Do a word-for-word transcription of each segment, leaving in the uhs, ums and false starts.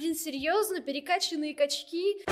Блин, серьезно? Перекачанные качки?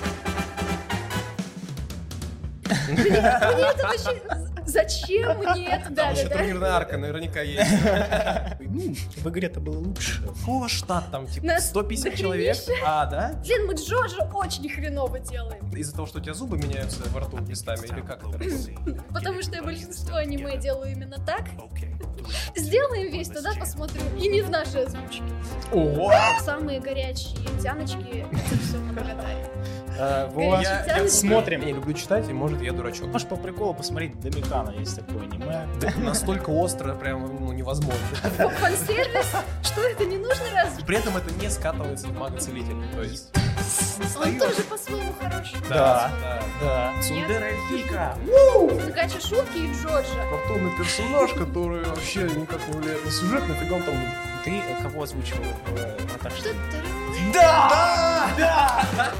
Мне это вообще... Зачем мне это? Там еще турнирная арка наверняка есть. Ну, в игре-то было лучше. Какого штат там, типа, сто пятьдесят человек? А, да? Блин, мы Джоджо очень хреново делаем. Из-за того, что у тебя зубы меняются во рту местами, или как это работает? Потому что я большинство аниме делаю именно так. Сделаем весь, тогда посмотрим. И не в нашей озвучке. Ого! Самые горячие тяночки, это все на Магатаре. А, Вова, Я- я- смотрим. Я не люблю читать, и может я дурачок. Можешь по приколу посмотреть Домикана, есть такое аниме. Настолько остро, прям ну, невозможно. Фан-сервис? Что это, не нужно разве? При этом это не скатывается в мага-целитель. То есть... Он тоже по-своему хороший. Да. да. Да. Цундера Фика. Гача шутки и Джоджо. Картонный персонаж, который вообще никак не влияет на сюжет, нафига он там... Ты кого озвучивал в «Атак Штейн»? Да! Да!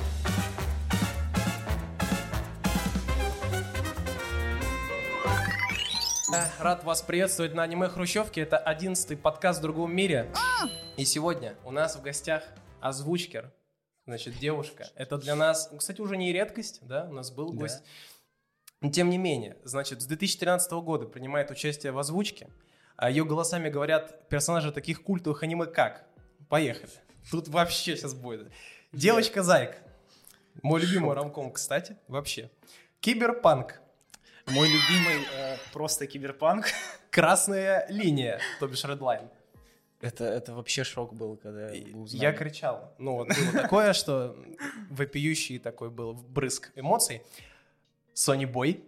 Рад вас приветствовать на аниме Хрущевки. Это одиннадцатый подкаст в другом мире. И сегодня у нас в гостях озвучкер, значит, девушка. Это для нас, кстати, уже не редкость, да, у нас был гость. Да. Но тем не менее, значит, с две тысячи тринадцатого года принимает участие в озвучке. А ее голосами говорят персонажи таких культовых аниме как. Поехали. Тут вообще сейчас будет. Девочка-зайка. Мой любимый ромком, кстати, вообще. Киберпанк. Мой любимый э, просто киберпанк. Красная линия, то бишь Redline. Это, это вообще шок был, когда узнали. Я кричал. Ну, вот было такое, что вопиющий такой был брызг эмоций. Сони Бой.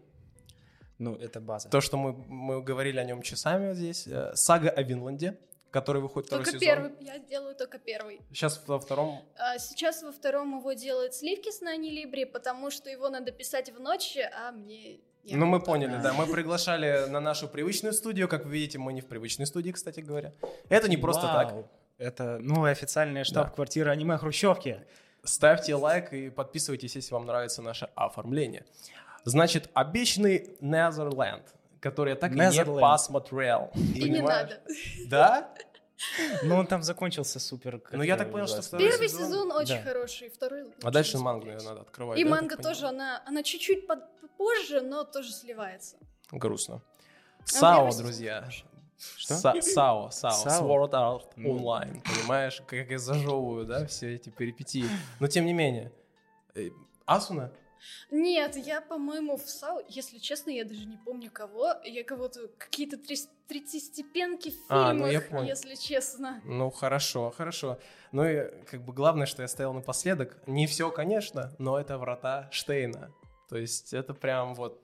Ну, это база. То, что мы, мы говорили о нем часами вот здесь. Сага о Винланде, который выходит второй только сезон. Только первый, я делаю только первый. Сейчас во втором... А, сейчас во втором его делает Сливкис на Анилибре, потому что его надо писать в ночь, а мне... Я ну, мы поняли, да. Мы приглашали на нашу привычную студию. Как вы видите, мы не в привычной студии, кстати говоря. Это не просто Вау. так. Это новая официальная штаб-квартира аниме Хрущевки. Ставьте лайк и подписывайтесь, если вам нравится наше оформление. Значит, обещанный Netherland, который я так и не посмотрел. И не надо. Да? Ну, он там закончился супер. Ну, я так понял, что второй Первый сезон, сезон очень да. хороший, второй... А дальше мангу, наверное, надо открывать. И да, манга тоже, она, она чуть-чуть под, позже, но тоже сливается. Грустно. А САО, сезон... друзья. Что? Са- САО, САО, САО? Sword Art Ну. Online, понимаешь, как я зажевываю, да, все эти перипетии. Но тем не менее. Э, Асуна? Нет, я, по-моему, в САУ, если честно, я даже не помню кого. Я кого-то, какие-то три- третьестепенки в А, фильмах, ну я понял. если честно. Ну, хорошо, хорошо. Ну и как бы главное, что я стоял напоследок. Не все, конечно, но это врата Штейна. То есть это прям вот...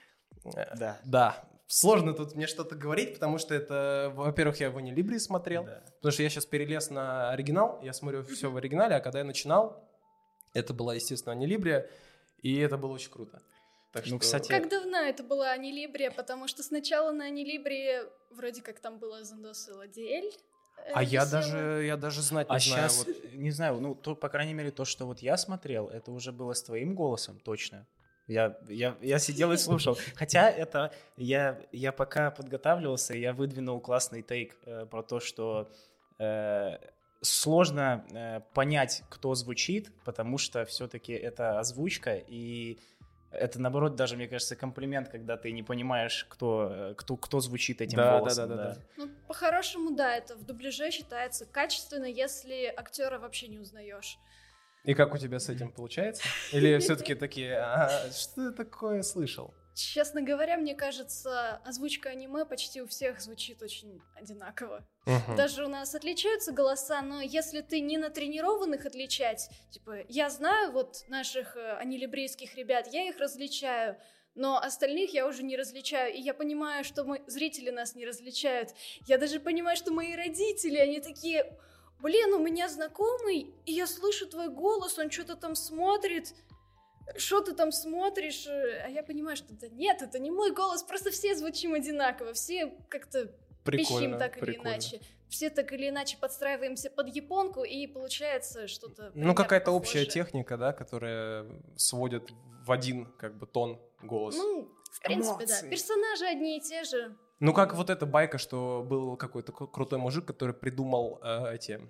э, Да. Да. Сложно тут мне что-то говорить, потому что это, во-первых, я в Анилибре смотрел, Да. потому что я сейчас перелез на оригинал, я смотрю все в оригинале, а когда я начинал, это была, естественно, Анилибрия, и это было очень круто. Так Ну, что... кстати, Как давно это была Анилибрия, потому что сначала на Анилибрии вроде как там было Зандос и Ладиэль. э, А я висело. даже, я даже знать не а знаю. сейчас, вот. не знаю, ну, то, по крайней мере, то, что вот я смотрел, это уже было с твоим голосом, точно. Я, я, я сидел и слушал. Хотя это, я, я пока подготавливался, я выдвинул классный тейк э, про то, что э, сложно э, понять, кто звучит, потому что все-таки это озвучка, и это, наоборот, даже, мне кажется, комплимент, когда ты не понимаешь, кто, кто, кто звучит этим Да, голосом. да, да, да, да. Ну, по-хорошему, да, это в дубляже считается качественно, если актера вообще не узнаешь. И как у тебя с этим получается? Или все-таки такие, а, что я такое слышал? Честно говоря, мне кажется, озвучка аниме почти у всех звучит очень одинаково. Мгм. Даже у нас отличаются голоса, но если ты не натренированных отличать, типа, я знаю вот наших э, анилибрийских ребят, я их различаю, но остальных я уже не различаю, и я понимаю, что мы, зрители нас не различают. Я даже понимаю, что мои родители, они такие, блин, у меня знакомый, и я слышу твой голос, он что-то там смотрит, что ты там смотришь, а я понимаю, что да нет, это не мой голос, просто все звучим одинаково, все как-то Прикольно, пищим так или прикольно. иначе. Все так или иначе подстраиваемся под японку, и получается что-то... Ну, примерно какая-то похожее. общая техника, да, которая сводит в один, как бы, тон голос. Ну, в принципе, да. Эмоции. Персонажи одни и те же. Ну, как вот эта байка, что был какой-то кру- крутой мужик, который придумал э, эти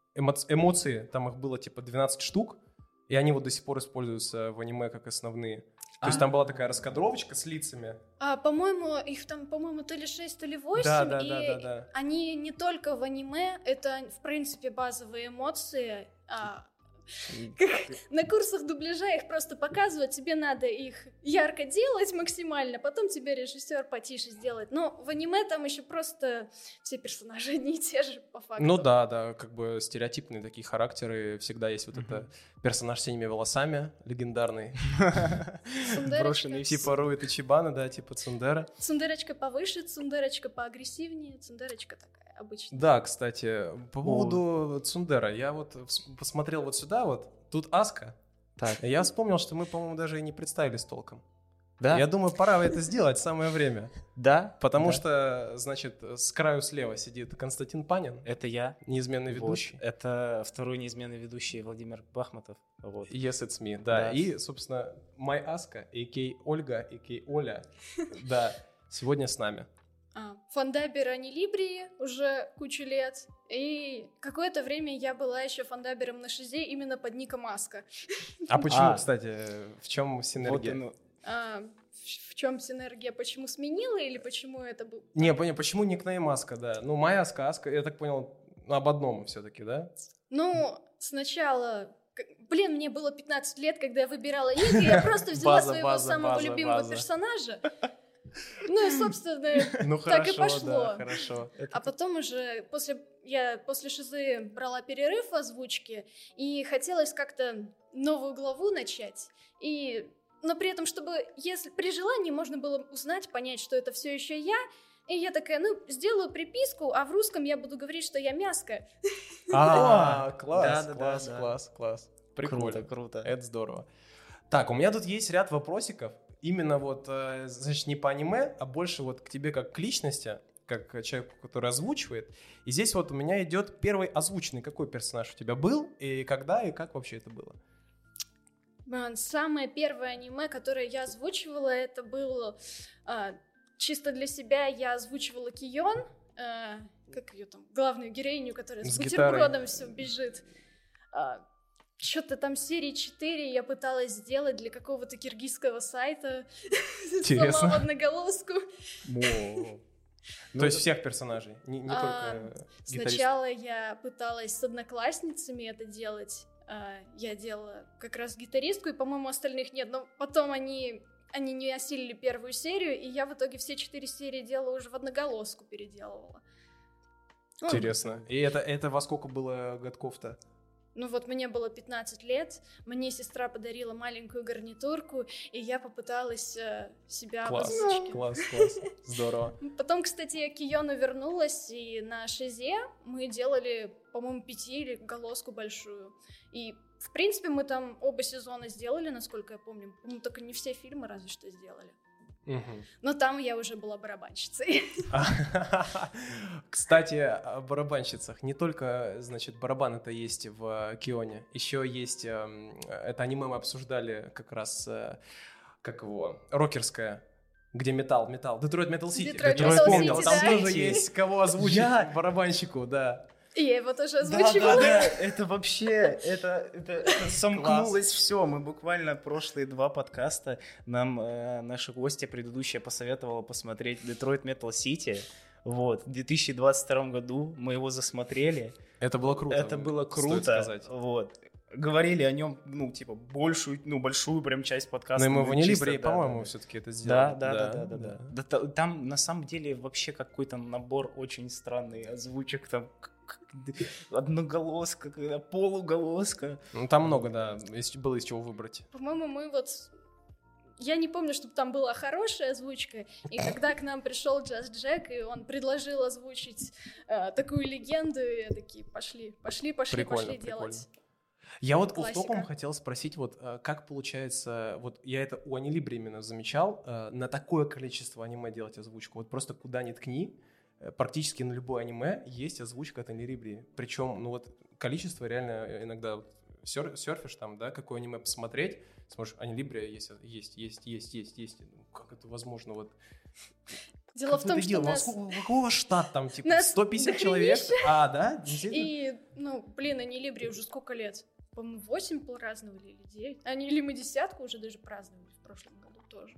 эмо- эмоции, там их было типа двенадцать штук, и они вот до сих пор используются в аниме как основные. То есть там была такая раскадровочка с лицами. А, по-моему, их там, по-моему, то ли шесть, то ли восемь, Да, да, и да, да, да. они не только в аниме, это, в принципе, базовые эмоции. А, как на курсах дубляжа их просто показывают, тебе надо их ярко делать максимально, потом тебе режиссер потише сделает. Но в аниме там еще просто все персонажи одни и те же, по факту. Ну да, да, как бы стереотипные такие характеры. Всегда есть вот это персонаж с синими волосами, легендарный. Брошенный типа Руи Ичибана, да, типа Цундера. Цундерочка повыше, цундерочка поагрессивнее, цундерочка такая обычная. Да, кстати, по поводу Цундера. Я вот посмотрел вот сюда вот, тут Аска. Так. Я вспомнил, что мы, по-моему, даже и не представились толком. Да? Я думаю, пора это сделать, самое время. Да? Потому Да. что, значит, с краю слева сидит Константин Панин, Это я. неизменный Вот. ведущий. Это второй неизменный ведущий Владимир Бахматов. Вот. Yes, it's me, да. Да. И, собственно, My Аска, а.к.а. Ольга, а.к.а. Оля, да, сегодня с нами. А, фандабер Анилибрии уже кучу лет. И какое-то время я была еще фандабером на Шизе именно под ником Аска. А почему, А. кстати, в чем Вот синергия? оно. А, в, в чем синергия? Почему сменила или почему это был? Не, понял, почему никнейм Аска, да? Ну, My Аска, Аска, я так понял, ну, об одном все-таки, да? Ну, сначала... к- Блин, мне было пятнадцать лет, когда я выбирала ник, и я просто взяла База, своего база, самого база, любимого база. персонажа. Ну и, собственно, Ну, так и хорошо, пошло. да, хорошо. А потом уже после я после Шизы брала перерыв в озвучке, и хотелось как-то новую главу начать. И, но при этом, чтобы, если при желании можно было узнать, понять, что это все еще я. И я такая, ну, сделаю приписку, а в русском я буду говорить, что я мяска. А, класс, да, да, класс, да. класс, класс. Круто, Прикольно. круто. Это здорово. Так, у меня тут есть ряд вопросиков. Именно вот, э, значит, не по аниме, а больше вот к тебе как к личности, как к человеку, который озвучивает. И здесь вот у меня идет первый озвученный. Какой персонаж у тебя был, и когда, и как вообще это было? Блин, самое первое аниме, которое я озвучивала, это было а, чисто для себя. Я озвучивала Кион, а, как ее там, главную героиню, которая с, С бутербродом гитарой. все бежит. А, что-то там серии четыре я пыталась сделать для какого-то киргизского сайта. Интересно. Сломала одноголоску. То есть всех персонажей, не, не А, только гитариста. Сначала я пыталась с одноклассницами это делать. А, Я делала как раз гитаристку, и, по-моему, остальных нет. Но потом они, они не осилили первую серию, и я в итоге все четыре серии делала уже в одноголоску переделывала. Ну, Интересно. И это, это во сколько было годков-то? Ну вот мне было пятнадцать лет, мне сестра подарила маленькую гарнитурку, и я попыталась э, себя в Класс, озвучке. класс, класс. Здорово. Потом, кстати, я к Киону вернулась, и на Шизе мы делали, по-моему, пяти или голоску большую. И, в принципе, мы там оба сезона сделали, насколько я помню. Ну, только не все фильмы разве что сделали. Мгм. Но там я уже была барабанщицей. Кстати, о барабанщицах. Не только, значит, барабаны-то есть в Кионе. Еще есть... эм, Это аниме мы обсуждали как раз... э, Как его? Рокерское. Где металл, металл. Детройт Метал Сити. Detroit Детройт Metal вспомнил. City, Там да. тоже есть кого озвучить Я- барабанщику, да. И я его тоже Да, да, озвучивала. да, это вообще, это, это, это сомкнулось все. Мы буквально прошлые два подкаста, нам э, наша гостья предыдущая посоветовала посмотреть Detroit Metal City. Вот, в две тысячи двадцать втором году мы его засмотрели. Это было круто. Это было стоит круто. сказать. Вот. Говорили о нем, ну, типа, большую, ну, большую прям часть подкаста. Но мы в чисто, Нелибре, да, по-моему, да, все-таки это Да, сделали. да, да, да, да, да. Да та- Там на самом деле вообще какой-то набор очень странный озвучек, там к- к- одноголоска, когда полуголоска. Ну, там много, да, есть- было из чего выбрать. По-моему, мы вот... Я не помню, чтобы там была хорошая озвучка, и когда к нам пришел Джаз Джек, и он предложил озвучить э, такую легенду, и я такие, пошли, пошли, пошли, Прикольно, пошли прикольно. делать. Я вот Классика. офф-топом хотел спросить, вот э, как получается, вот я это у Анилибри именно замечал, э, на такое количество аниме делать озвучку. Вот просто куда ни ткни, э, практически на любое аниме есть озвучка от Анилибри. Причем, ну вот, количество реально иногда вот сер- серфишь там, да, какое аниме посмотреть, смотришь, Анилибри есть, есть, есть, есть, есть, есть. Ну, как это возможно? Вот Дело Как в вы том, это что делаете? нас... Какого- Какого штат там, типа, Нас сто пятьдесят дохренища. человек? А, да? Действительно? И, ну, блин, Анилибри уже сколько лет? По-моему, восемь праздновали или девять. Они или мы десятку уже даже праздновали в прошлом году тоже.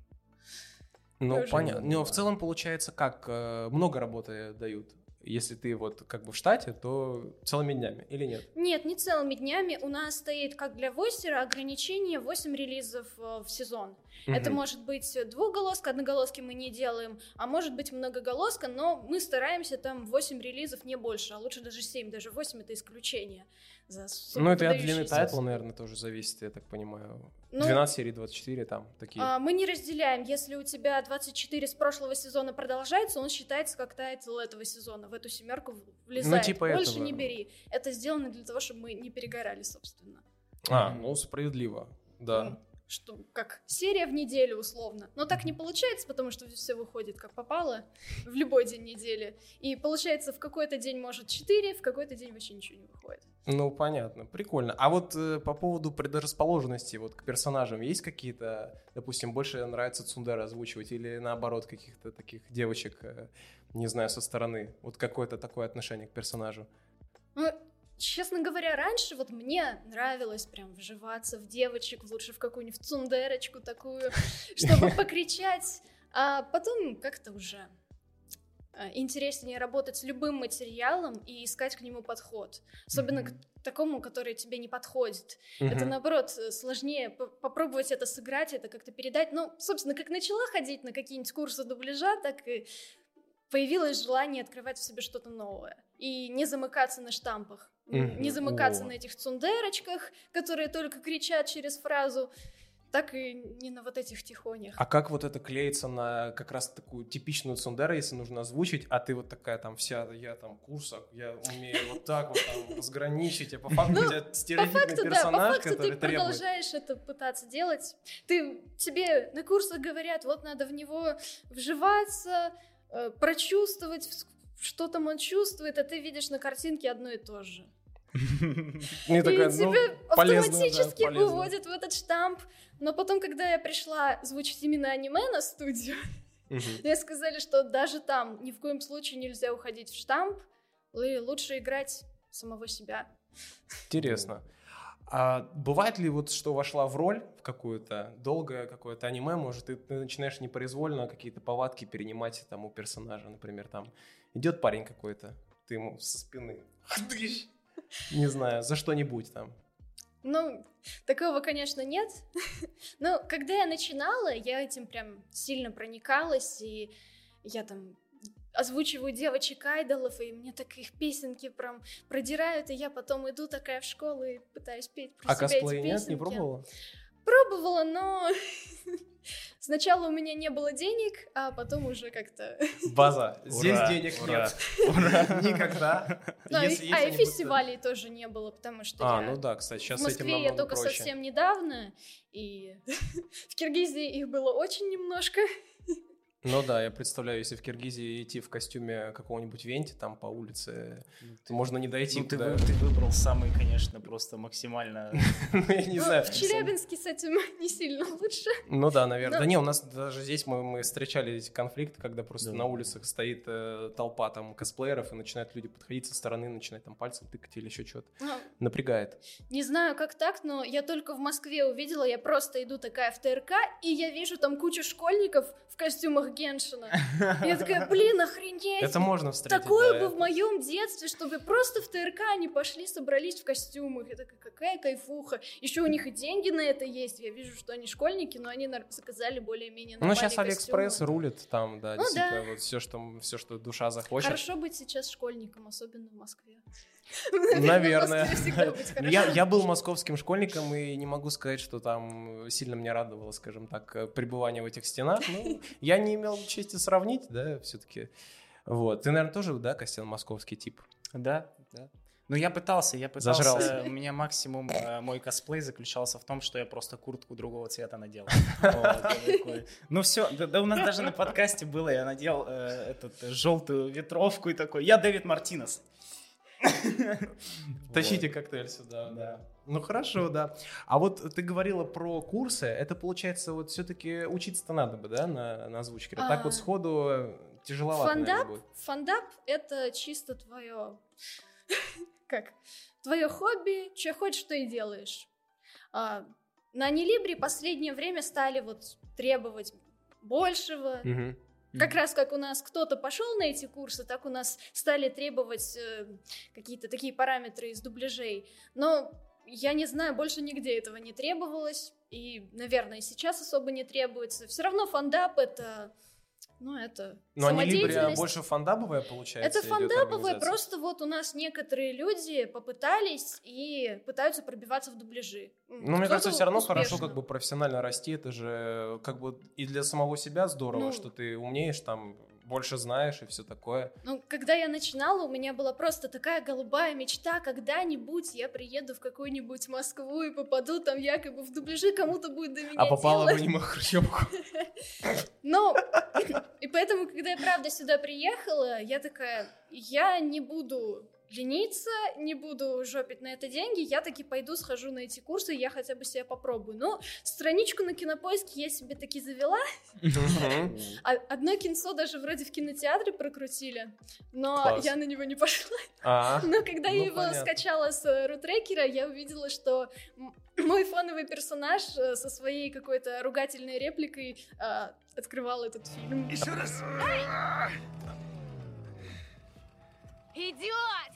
Ну, Тоже понятно. не Но в было. целом, получается, как э, много работы дают. Если ты вот как бы в штате, то целыми днями или нет? Нет, не целыми днями. У нас стоит, как для войсера, ограничение восемь релизов э, в сезон. Это Мгм. может быть двухголоска, одноголоски мы не делаем, а может быть многоголоска, но мы стараемся там восемь релизов, не больше, а лучше даже семь, даже восемь это исключение. За Ну, это и от длины выдающиеся. тайтла, наверное, тоже зависит, я так понимаю. Ну, двенадцать серий, двадцать четыре там такие. А, мы не разделяем. Если у тебя двадцать четыре с прошлого сезона продолжается, он считается как тайтл этого сезона. В эту семерку влезает. типа Больше этого. не бери. Это сделано для того, чтобы мы не перегорали, собственно. А, ну, справедливо, да. Ну, что, как серия в неделю, условно. Но так не получается, потому что все выходит как попало в любой день недели. И получается, в какой-то день может четыре, в какой-то день вообще ничего не выходит. Ну, понятно, прикольно. А вот э, по поводу предрасположенности вот к персонажам есть какие-то, допустим, больше нравится цундера озвучивать или наоборот каких-то таких девочек, э, не знаю, со стороны? Вот какое-то такое отношение к персонажу? Ну, честно говоря, раньше вот мне нравилось прям вживаться в девочек, лучше в какую-нибудь цундерочку такую, чтобы покричать. А потом как-то уже а, интереснее работать с любым материалом и искать к нему подход. Особенно Мгм. к такому, который тебе не подходит. Это, Мгм. наоборот, сложнее по- попробовать это сыграть, это как-то передать. Ну, собственно, как начала ходить на какие-нибудь курсы дубляжа, так и появилось желание открывать в себе что-то новое. И не замыкаться на штампах. Мгм. Не замыкаться О. на этих цундерочках, которые только кричат через фразу, так и не на вот этих тихонях. А как вот это клеится на как раз такую типичную цундеру, если нужно озвучить, а ты вот такая там вся, я там курсак, я умею вот так вот там разграничить, а по факту у тебя По стереотипный факту, да, по персонаж, факту ты который требует. продолжаешь это пытаться делать. Ты, тебе на курсах говорят, вот надо в него вживаться, э, прочувствовать, вс- что там он чувствует, а ты видишь на картинке одно и то же. Мне И такая, ну, тебя полезно, да, автоматически полезно. выводят в этот штамп. Но потом, когда я пришла звучить именно аниме на студию, Мгм. мне сказали, что даже там ни в коем случае нельзя уходить в штамп, и лучше играть самого себя. Интересно. А бывает ли вот, что вошла в роль в какую-то долгое какое-то аниме, может, и ты начинаешь непроизвольно какие-то повадки перенимать там у персонажа, например, там идет парень какой-то, ты ему со спины, «Хдыщ!» не знаю, за что-нибудь там. Ну, такого, конечно, нет. Но когда я начинала, я этим прям сильно проникалась, и я там озвучиваю девочек-айдолов, и мне так их песенки прям продирают, и я потом иду такая в школу и пытаюсь петь про А себя косплей эти нет, песенки. не пробовала? Пробовала, но сначала у меня не было денег, а потом уже как-то... База, здесь Ура, денег ура, нет. ура. Никогда. Ну, и- Если есть, а и они будут- фестивалей тоже не было, потому что А, я... ну да, кстати, сейчас в с этим Москве я намного только проще. совсем недавно, и в Киргизии их было очень немножко. Ну да, я представляю, если в Киргизии идти в костюме какого-нибудь Венти там по улице, Ну, то можно не дойти Ну, ты, куда. вы- ты выбрал самый, конечно, просто максимально... Ну, я не Ну, знаю. в Челябинске с этим не сильно лучше. Ну да, наверное. Но- Да не, у нас даже здесь мы, мы встречали эти конфликты, когда просто Да. на улицах стоит э, толпа там косплееров, и начинают люди подходить со стороны, начинают там пальцем тыкать или еще что-то. Ну, Напрягает. не знаю, как так, но я только в Москве увидела, я просто иду такая в ТРК, и я вижу там кучу школьников в костюмах Геншина. И я такая, блин, охренеть! Это можно встретить. Такое да, бы это- в моем детстве, чтобы просто в ТРК они пошли, собрались в костюмах. Я такая, какая кайфуха. Еще у них и деньги на это есть. Я вижу, что они школьники, но они нар- заказали более-менее Ну, нормальные сейчас Алиэкспресс костюмы. рулит там, да, Ну действительно, да. вот все, что, все, что душа захочет. Хорошо быть сейчас школьником, особенно в Москве. Наверное. В Москве всегда быть Ну, хорошо. Я, я был московским школьником и не могу сказать, что там сильно меня радовало, скажем так, э, пребывание в этих стенах. Ну, я не имел чести сравнить, да, все-таки. Вот. Ты, наверное, тоже, да, Костян, московский тип? Да, да. Ну, я пытался, я пытался. Зажрался. У меня максимум, э, мой косплей заключался в том, что я просто куртку другого цвета надел. Вот, я такой, ну все, да, да у нас даже на подкасте было, я надел э, этот, э, желтую ветровку и такой, я Дэвид Мартинес. Тащите Вот. коктейль сюда. Да. Ну хорошо, да. А вот ты говорила про курсы. Это получается, вот все-таки учиться-то надо бы, да, на, на озвучке. А так А. вот сходу тяжеловато, наверное, Фандап, будет. фандап — это чисто твое, как, твое хобби, что хочешь, то и делаешь. А, на Анилибре последнее время стали вот требовать большего. Мгм. Как раз как у нас кто-то пошел на эти курсы, так у нас стали требовать э, какие-то такие параметры из дубляжей. Но я не знаю, больше нигде этого не требовалось. И, наверное, сейчас особо не требуется. Все равно фандап — это... Ну, это Но Анилибрия самодеятельность. больше фандабовая, получается, Это идет фандабовое, организация? просто вот у нас некоторые люди попытались и пытаются пробиваться в дубляжи. Ну, мне кажется, все равно хорошо успешно. как бы профессионально расти. Это же как бы и для самого себя здорово, Ну. что ты умеешь там, больше знаешь и все такое. Ну, когда я начинала, у меня была просто такая голубая мечта, когда-нибудь я приеду в какую-нибудь Москву и попаду там якобы в дубляжи, кому-то будет до меня А попала в дело. аниме-хрущевку. Но, и поэтому, когда я правда сюда приехала, я такая, я не буду лениться, не буду жопить на это деньги, я таки пойду, схожу на эти курсы, я хотя бы себя попробую. Ну, страничку на Кинопоиске я себе таки завела, Мгм. а одно кинцо даже вроде в кинотеатре прокрутили, но Класс. я на него не пошла. А, Но когда Ну, я его понятно. скачала с э, рутрекера, я увидела, что м- мой фоновый персонаж э, со своей какой-то ругательной репликой э, открывал этот фильм. Еще раз. Идиот!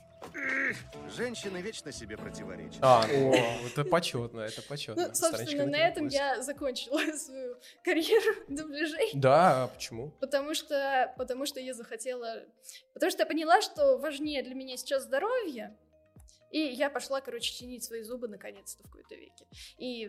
Женщины вечно себе противоречат. А, ну, это почетно, это почетно. Ну, собственно, на этом я закончила свою карьеру дубляжей. Да, а почему? Потому что, потому что я захотела... Потому что я поняла, что важнее для меня сейчас здоровье. И я пошла, короче, чинить свои зубы наконец-то в какой-то веке. И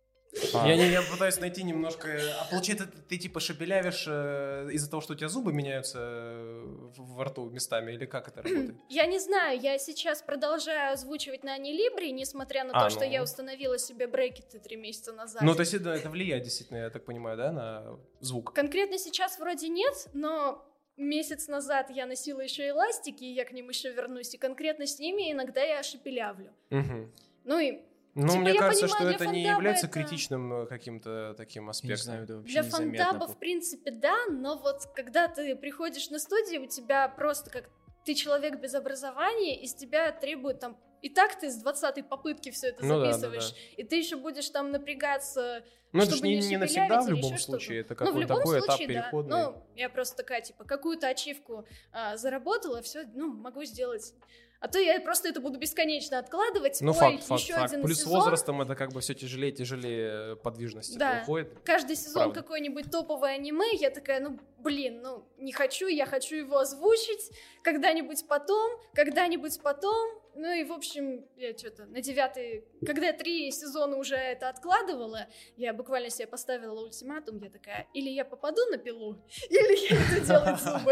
Я, не, я пытаюсь найти немножко... А получается, ты, ты типа шепелявишь э, из-за того, что у тебя зубы меняются э, в- во рту местами? Или как это работает? я не знаю, я сейчас продолжаю озвучивать на Анилибре, несмотря на А, то, что ну. я установила себе брекеты три месяца назад. Ну, то есть это, это влияет действительно, я так понимаю, да, на звук? Конкретно сейчас вроде нет, но месяц назад я носила еще эластики, и я к ним еще вернусь, и конкретно с ними иногда я шепелявлю. Мгм. Ну и Ну, Типа, мне я кажется, понимаю, что для это не фандаба является это- критичным э, каким-то таким Я не аспектом. знаю, это вообще для незаметно. фандаба, в принципе, да, но вот когда ты приходишь на студию, у тебя просто как ты человек без образования, из тебя требуют там... И так ты с двадцатой попытки все это Ну да, да, записываешь, и ты еще будешь там напрягаться, Ну, это же чтобы не, не не навсегда в шепелявить или любом еще случае, это Ну, в какой-то любом такой этап случае, да. переходный. Ну, я просто такая, типа, какую-то ачивку а, заработала, все, ну, могу сделать. А то я просто это буду бесконечно откладывать. Ну, Ой, факт, факт, еще факт. один Плюс с сезон. возрастом это как бы все тяжелее, тяжелее подвижности Да. уходит. Каждый сезон Правда. какое-нибудь топовое аниме, я такая, ну, блин, ну, не хочу, я хочу его озвучить когда-нибудь потом, когда-нибудь потом. Ну и, в общем, я что-то на девятый... Когда я три сезона уже это откладывала, я буквально себе поставила ультиматум, я такая, или я попаду на пилу, или я иду делать зубы.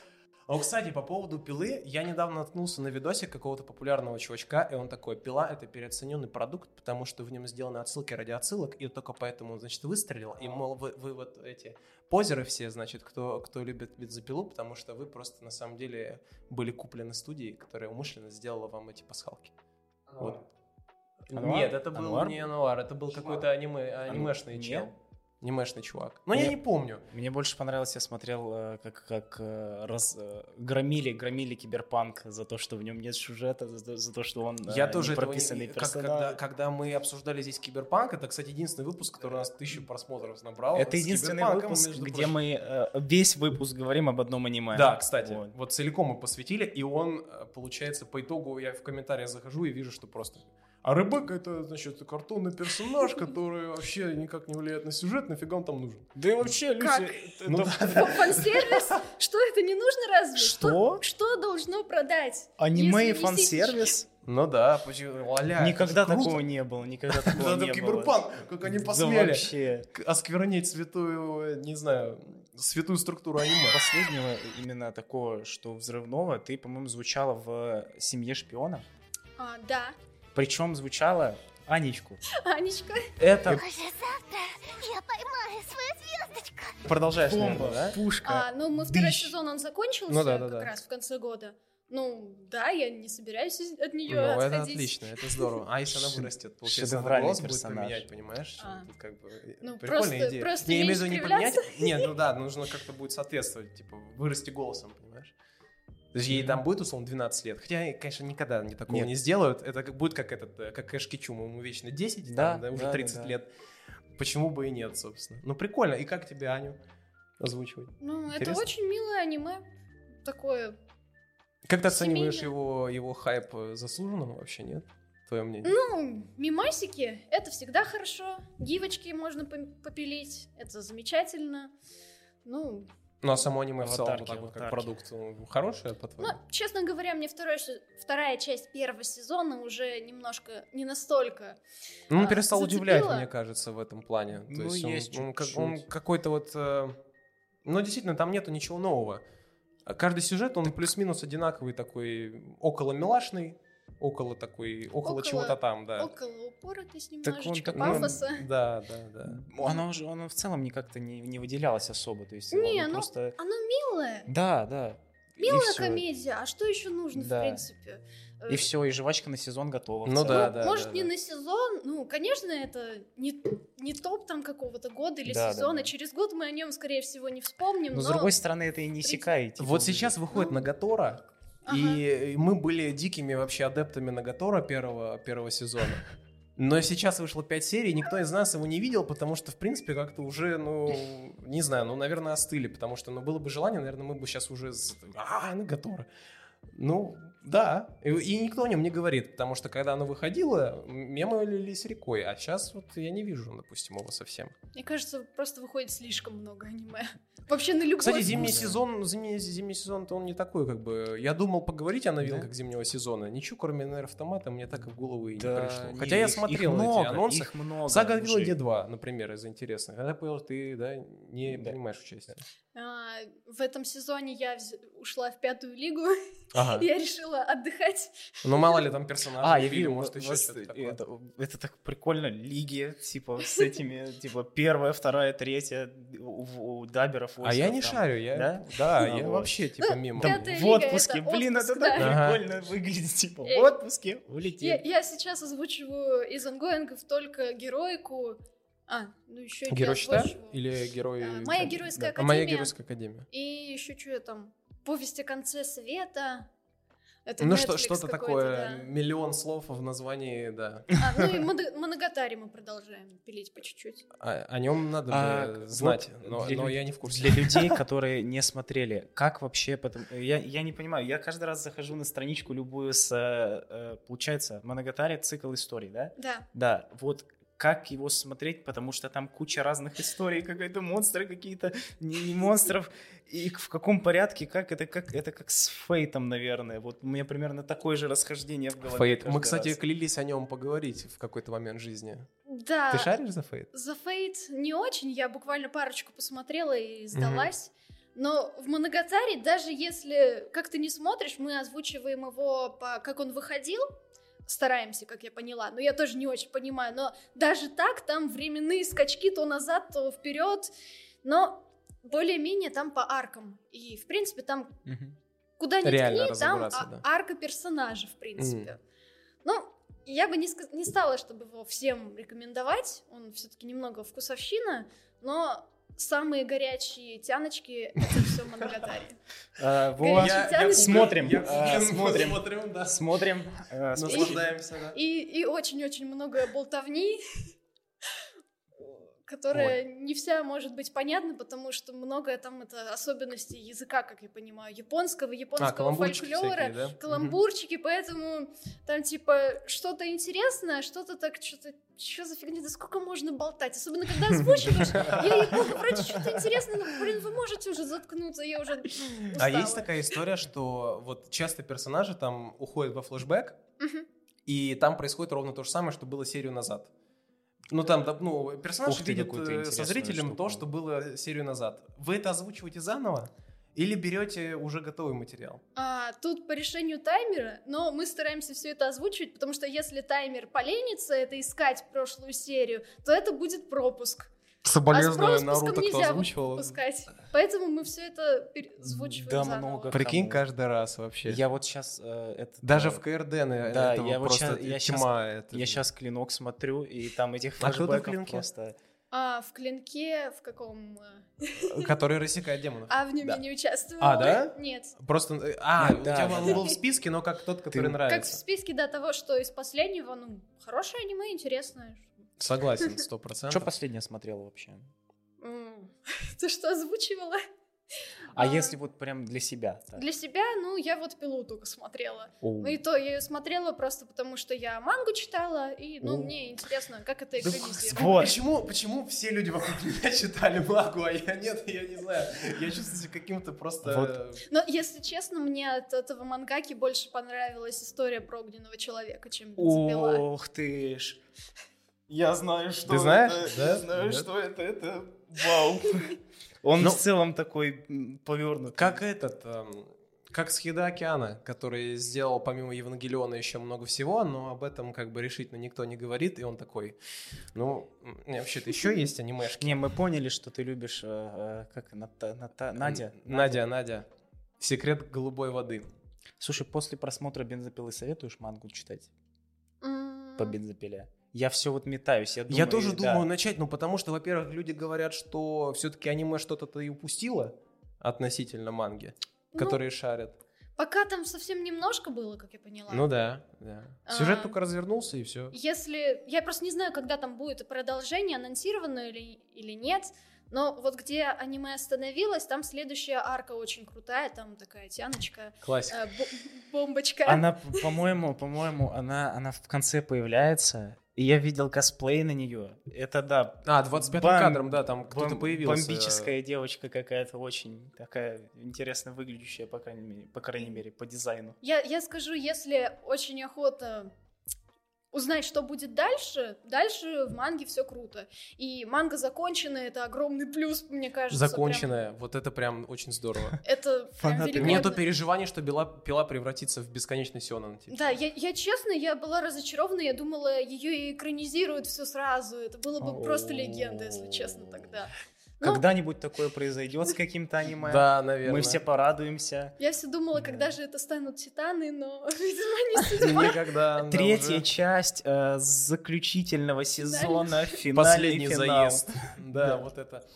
А, кстати, по поводу пилы, я недавно наткнулся на видосик какого-то популярного чувачка, и он такой: пила — это переоцененный продукт, потому что в нем сделаны отсылки ради отсылок, и только поэтому он, значит, выстрелил. И, мол, вы, вы вот эти позеры все, значит, кто, кто любит бензопилу, потому что вы просто на самом деле были куплены студией, которая умышленно сделала вам эти пасхалки. Вот. Ануар? Нет, это был Ануар? не Ануар, это был какой-то аниме, анимешный Нет? чел. Анимешный чувак. Но Мне- я не помню. Мне больше понравилось, я смотрел, э, как, как э, раз, э, громили, громили Киберпанк за то, что в нем нет сюжета, за, то- за то, что он э, Я тоже не этого прописанный не... как- персонаж. когда, когда мы обсуждали здесь Киберпанк, это, кстати, единственный выпуск, который у нас тысячу просмотров набрал. Это с единственный Киберпанком, выпуск, между где прочим. мы э, весь выпуск говорим об одном аниме. Да, кстати, Вот. вот. целиком мы посвятили, и он, э, получается, по итогу я в комментариях захожу и вижу, что просто... А Ребекка — это, значит, картонный персонаж, который вообще никак не влияет на сюжет, нафига он там нужен? Да и вообще, Как? Люся, это- Ну это да. Фан-сервис? Что, это не нужно разве? Что? Что должно продать? аниме и Если не фан-сервис? Ну да, почему? Ля, Никогда это ж круто. такого не было, никогда такого Это не было. Киберпанк, как они Да посмели вообще. к- осквернить святую, не знаю, святую структуру аниме. Последнего именно такого, что взрывного, ты, по-моему, звучала в «Семье шпиона». А, да. Причем звучала Анечку. Анечка. Это Уже завтра я поймаю свою звездочку. Продолжаешь, бомба, наверное, да? пушка. А, ну, мы второй дыщ. сезон, он закончился Ну да, да, как да. раз в конце года. Ну, да, я не собираюсь от нее Ну, отходить. это отлично, это здорово. А если она вырастет, получается, надо Шедевральный голос будет персонаж. поменять, понимаешь? А. Тут как бы Ну, прикольная просто- идея. просто не, я имею в меньше виду не поменять. кривляться? Нет, ну да, нужно как-то будет соответствовать, типа, вырасти голосом, понимаешь? То есть ей там будет, условно, двенадцать лет. Хотя, конечно, никогда не такого Нет. не сделают. Это как- будет как этот, э, как Эш Кетчум, ему вечно десять, Да, там, да, уже да, да, тридцать да. лет. Почему бы и нет, собственно. Ну, прикольно. И как тебе Аню озвучивать? Ну, это Интересно? очень милое аниме. Такое. Как ты оцениваешь Семейное. его, его хайп э, заслуженным вообще, нет? Твое мнение? Ну, мимасики — это всегда хорошо. Гивочки можно пом- попилить. Это замечательно. Ну, Ну, а само аниме в целом, Аватарки, вот так вот, как аватарки. продукт, ну, хорошее, ну, по-твоему? честно говоря, мне второй, се- вторая часть первого сезона уже немножко не настолько. Ну, он а, перестал зацепило? удивлять, мне кажется, в этом плане. То Ну, есть он- есть он, как- чуть-чуть. он какой-то вот... э, ну, действительно, там нету ничего нового. А каждый сюжет, он плюс-минус одинаковый такой, около милашный, около такой, около, Около- чего-то там, да. Около упоротость он немножечко, такой, ну, пафоса. Да, да, да. Оно уже, оно в целом никак-то не, не выделялось особо, то есть Не, оно ну, просто... Оно милое. Да, да. И Милая всё. комедия. А что еще нужно, Да. в принципе? Э, И все, и жвачка на сезон готова. в Ну целом. да, Ну, да. может, да, не да. на сезон. Ну, конечно, это не, не топ там какого-то года или Да, да, сезона. да. Через год мы о нем, скорее всего, не вспомним. Но, Но, с другой стороны, это и не принципе- секай. типа, Вот уже. сейчас выходит Ну, Нагатора, ага. и мы были дикими вообще адептами Нагатора первого, первого сезона. Но сейчас вышло пять серий, никто из нас его не видел, потому что, в принципе, как-то уже, ну, не знаю, ну, наверное, остыли, потому что, ну, было бы желание, наверное, мы бы сейчас уже... с- А, Нагатора. Ну, да. И, и никто о нем не говорит, потому что, когда оно выходило, мемы лились рекой, а сейчас вот я не вижу, допустим, его совсем. Мне кажется, просто выходит слишком много аниме. Вообще на любой Кстати, вкус. зимний да. сезон, зимний, зимний сезон-то он не такой, как бы... Я думал поговорить о новинках Да. зимнего зимнего сезона. Ничего, кроме Нейроавтомата, мне так и в голову и не Да, пришло. не, Хотя я их- смотрел их эти много, анонсы. Их много. Сага о уже. Вилладе два, например, из интересных. Я понял, ты, да, не Да. принимаешь участие. А, в этом сезоне я вз- ушла в пятую лигу. Ага. Я решила отдыхать. Ну, мало ли там персонажи. А, я или, видел, может, вот- еще вот что-то такое. это, это так прикольно, лиги, типа, с этими, типа, первая, вторая, третья, у, у даберов. А я не там. шарю, я... Да? Да, А, я вот. вообще, типа, Ну, мимо. Там Пятая в лига — отпуске, это блин, отпуск, это так да. прикольно выглядит, типа, в Э, отпуске Я, улетели. я сейчас озвучиваю из ангоингов только героику. А, ну еще Герой щита? Или герой... А, «Моя геройская Да. А, Моя академия». геройская академия. И еще что я там? Повесть о конце света. Это Ну, Netflix что, что-то какой-то, такое, да. миллион слов в названии, да. А, ну и Моно- Моногатари мы продолжаем пилить по чуть-чуть. А- о нем надо А, бы вот знать, но, для но лю- я не в курсе. Для людей, которые не смотрели, как вообще потом... Я, я не понимаю, я каждый раз захожу на страничку любую с... э, э, Получается, Моногатари цикл историй, да? Да. Да, вот как его смотреть, потому что там куча разных историй, какие-то монстры, какие-то не, не монстров, и в каком порядке, как это, как это как с Фейтом, наверное. Вот у меня примерно такое же расхождение в голове. Фейт. каждый Мы, кстати, раз. клялись о нем поговорить в какой-то момент жизни. Да. Ты шаришь за Фейт? За Фейт не очень, я буквально парочку посмотрела и сдалась. Но в Моногатари, даже если как ты не смотришь, мы озвучиваем его, по, как он выходил, стараемся, как я поняла, но я тоже не очень понимаю, но даже так там временные скачки то назад, то вперед, но более-менее там по аркам. И, в принципе, там Мгм. куда ни Реально ткни, там разобраться, а- да. арка персонажа, в принципе. Ну, я бы не, ска- не стала, чтобы его всем рекомендовать. Он все-таки немного вкусовщина, но самые горячие тяночки — это все Моногатари. А, вот. Горячие Я- тяночки. Смотрим, Я а, куплен, смотрим, смотрим, да. смотрим. э, смотрим. Наслаждаемся, да. И, и очень-очень много болтовни, которая не вся может быть понятна, потому что многое там это особенности языка, как я понимаю, японского, А, японского каламбурчики фольклора, всякие, да? Мгм. каламбурчики, поэтому там типа что-то интересное, что-то так, что-то, что за фигня, да сколько можно болтать, особенно когда озвучиваешь, я японка, вроде что-то интересное, но, блин, вы можете уже заткнуться, я уже устала. А есть такая история, что вот часто персонажи там уходят во флешбэк, Мгм. и там происходит ровно то же самое, что было серию назад. Ну, там, да, ну, персонаж Ух ты, видит какую-то э, со интересную зрителем штуку. то, что было серию назад. Вы это озвучиваете заново? Или берете уже готовый материал? А, тут по решению таймера, но мы стараемся все это озвучивать, потому что если таймер поленится это искать прошлую серию, то это будет пропуск. Соболезную, а с Наруто пропуском кто нельзя озвучивал. выпускать. Поэтому мы все это перезвучиваем Да, заново. много. Прикинь, Кому? каждый раз вообще. Я вот сейчас... Э, это, Даже э, в КРД на- да, этого я вот просто щас- я щас- тьма. это Я же. сейчас «Клинок» смотрю, и там этих А кто ты в флешбеков «Клинке»? просто... А в клинке в каком? э, Который рассекает демонов. А в нем Да. я не участвовала. А, да? Нет. Просто, э, а, Да, у тебя да, он да. был в списке, но как тот, который Ты- Как в нравится. списке, да, того, что из последнего, ну, хорошее аниме, интересное. Согласен, сто Что процентов. последнее смотрела вообще? М, Ты что, озвучивала? А, А, если вот прям для себя? так? Для себя, ну, я вот «Пилу» только смотрела. Оу. Ну и то я ее смотрела просто потому, что я мангу читала, и, ну, О. мне интересно, как это Да экранизировать. Вот. Почему, почему все люди вокруг меня читали магу, а я нет, я не знаю. Я чувствую себя каким-то просто... Вот. Но, если честно, мне от этого мангаки больше понравилась история про огненного человека, чем бензопила. Ох ты ж. Я знаю, что Ты знаешь, это. да? Я знаю, Да. что это. Это вау. Он Ну, в целом такой м, повернутый. Как этот, эм, как с Хида Океана, который сделал помимо Евангелиона еще много всего, но об этом как бы решительно никто не говорит, и он такой, ну, м, не, вообще-то еще есть анимешки. Не, мы поняли, что ты любишь, э, э, как Ната- Ната- Надя. Надя, Надя. Секрет голубой воды. Слушай, после просмотра «Бензопилы» советуешь мангу читать М, по «Бензопиле»? Я все вот метаюсь. Я, думаю, Я тоже да. думаю начать, ну потому что, во-первых, люди говорят, что все-таки аниме что-то-то и упустило относительно манги, ну, которые шарят. Пока там совсем немножко было, как я поняла. Ну да, да. Сюжет А. только развернулся и все. Если... Я просто не знаю, когда там будет продолжение, анонсировано или, или нет, но вот где аниме остановилось, там следующая арка очень крутая, там такая тяночка, Классика. э, бо- бомбочка. Она, п- по-моему, по-моему, она, она в конце появляется, и я видел косплей на нее. Это да. А, двадцать пятым бом- кадром, да, там кто-то бом- появился. Бомбическая девочка какая-то, очень такая интересно выглядящая, по крайней мере, по, крайней мере, по дизайну. Я, я скажу, если очень охота узнать, что будет дальше, дальше в манге все круто. И манга законченная, это огромный плюс, мне кажется. прям. Законченная. Вот это прям очень здорово. Это прям Фанаты. великолепно. Нету переживаний, что пила, пила превратится в бесконечный сёнэн. Типа. Да, я, я честно, я была разочарована, я думала, ее и экранизируют все сразу. Это было бы просто легенда, если честно, тогда. Ну, Когда-нибудь такое произойдет с каким-то аниме. Да, наверное. Мы все порадуемся. я все думала, когда же это станут титаны, но, видимо, не судьба. Никогда. да, Третья уже часть э, заключительного сезона, финальный Последний финал. заезд. Да, Да. вот это.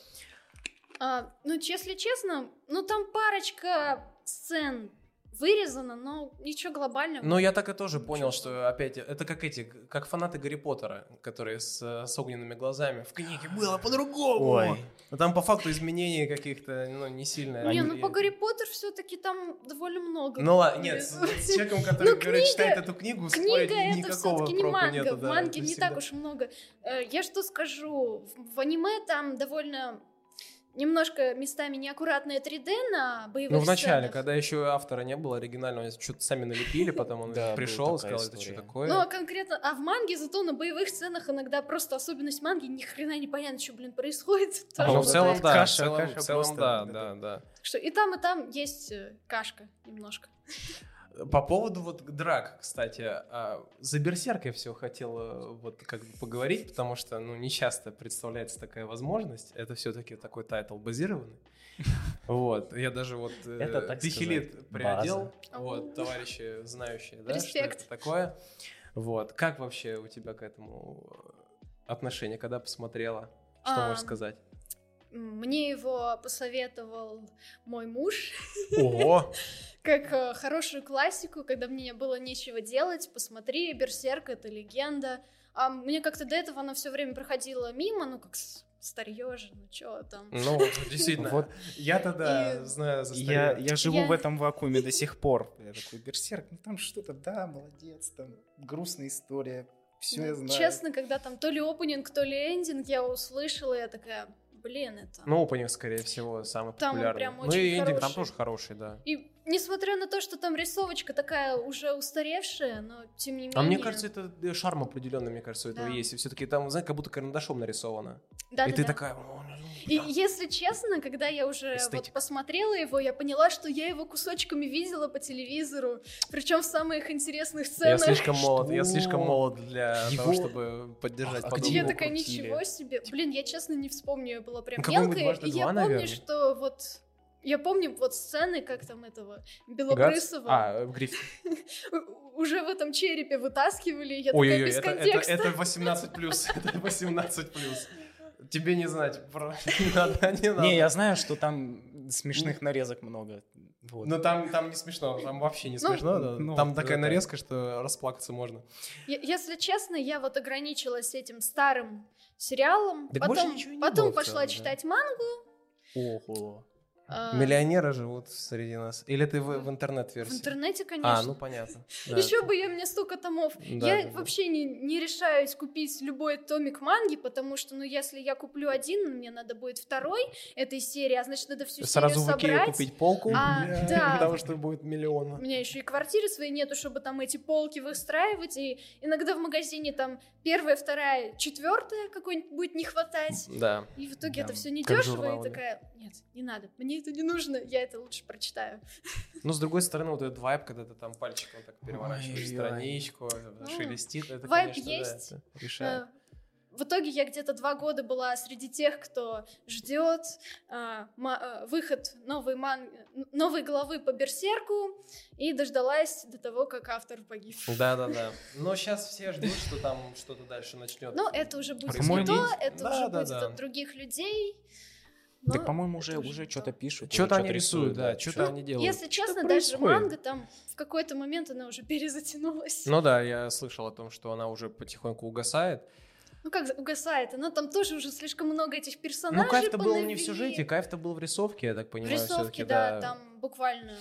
А, ну, если честно, ну там парочка сцен вырезано, но ничего глобального. Но я так и тоже понял, Ничего. что опять это как эти, как фанаты Гарри Поттера, которые с, с огненными глазами. В книге было по-другому. Ой. Но там по факту изменений каких-то, ну, не сильно. Не, Они- ну по Гарри Поттер все-таки там довольно много. Ну ладно, нет, с, вырезано. с человеком, который, Ну, говорит, книга- читает эту книгу, спорить Книга это никакого все-таки не проку манга, нету. в да, манге это не всегда. так уж много. Э, Я что скажу, в в аниме там довольно немножко местами неаккуратное три дэ на боевых Ну, в начале, сценах. когда еще автора не было оригинального, они что-то сами налепили, потом он Да, пришел была и сказал, такая это что история. такое? Ну, а конкретно, а в манге зато на боевых сценах иногда просто особенность манги, ни хрена не понятно, что, блин, происходит. А, Тоже Ну, в целом, бывает. да, Каша, в целом, каша в целом, просто, да, да. да, да. Что и там, и там есть э, кашка немножко. По поводу вот драк, кстати, а, за Берсерк я все хотел э, вот как бы поговорить, потому что, ну, не часто представляется такая возможность. Это все-таки такой тайтл базированный. Вот, я даже вот э, Это, так дихелит сказать, приодел, база. вот, товарищи знающие, да, что Респект. это такое. Вот, как вообще у тебя к этому отношение, когда посмотрела? Что А, можешь сказать? Мне его посоветовал мой муж, Ого! как э, хорошую классику, когда мне было нечего делать. Посмотри, Берсерк — это легенда. А мне как-то до этого она все время проходила мимо, ну как с- старье же, ну чё там. Ну, действительно. Вот Я-то, да, И знаю за Я, старье. я живу Я- в этом вакууме до сих пор. Я такой, Берсерк, ну там что-то, да, молодец, там грустная история, все я Ну, знаю. честно, когда там то ли опенинг, то ли эндинг я услышала, я такая, блин, это... Ну, опенинг, скорее всего, самый Там он популярный. прям Ну очень и эндинг там хороший. тоже хороший, да. И Несмотря на то, что там рисовочка такая уже устаревшая, но тем не менее... А мне кажется, это шарм определенный, мне кажется, у этого Да. есть. И все-таки там, знаешь, как будто карандашом нарисовано. Да, и да, ты да. такая... «О, ну, И да». если честно, когда я уже вот Эстетика. посмотрела его, я поняла, что я его кусочками видела по телевизору, причем в самых интересных Я сценах. слишком молод, я Что? слишком молод для Его- того, чтобы поддержать А подобное. где Я его такая, крутили? ничего себе. Блин, я честно не вспомню, я была прям Ну, какой-нибудь мелкая. «Дважды И я два», помню, наверное. что вот... Я помню вот сцены, как там этого Белобрысова А, Гриффин. уже в этом черепе вытаскивали, я такая Ой-ой-ой, без это, это, контекста. это восемнадцать плюс. Это восемнадцать плюс. Тебе не знать. про- Не надо, не надо. Не, я знаю, что там смешных нарезок много. Вот. Ну там, там не смешно, там вообще не Ну, смешно. да. ну, Там вот такая это. нарезка, что расплакаться можно. Я- Если честно, я вот ограничилась этим старым сериалом, Так больше потом, ничего и не потом было в пошла целом, да. читать мангу. Ого. а, Миллионеры живут среди нас. Или ты в, в В интернет-версии? интернете, конечно. А, ну понятно. Да. Еще бы я мне столько томов. Да, я да, да. вообще не, не решаюсь купить любой томик манги, потому что, ну, если я куплю один, мне надо будет второй этой серии, а значит, надо всю Сразу в серию Икее собрать. купить полку, А, да. потому что будет У миллион. меня еще и квартиры своей нету, чтобы там эти полки выстраивать, и иногда в магазине там первая, вторая, четвертая какой-нибудь будет не хватать. Да. И в итоге Да, это все не как дешево, журналы. и такая, нет, не надо, мне это не нужно, я это лучше прочитаю. Ну, с другой стороны, вот этот вайб, когда ты там пальчиком так переворачиваешь Ой-ой-ой. страничку, шелестит, это, вайб конечно, есть. да, это решает. Э, В итоге я где-то два года была среди тех, кто ждет а, ма- а, выход новой, ман... новой главы по Берсерку, и дождалась до того, как автор погиб. Да-да-да. Но сейчас все ждут, что там что-то дальше начнет. Но это уже будет По-моему, не то, есть. это Да, уже да, будет да. от других людей. Так, но по-моему, это уже, уже не что-то то. пишут. Что-то уже они рисуют, да, что-то они делают. Если честно, даже происходит? манга там в какой-то момент она уже перезатянулась. Ну да, я слышал о том, что она уже потихоньку угасает. Ну как угасает, она там тоже уже слишком много этих персонажей. Ну, кайф-то был не в понавели. сюжете, кайф-то был в рисовке, я так В понимаю, рисовке, все-таки, да, да. там буквально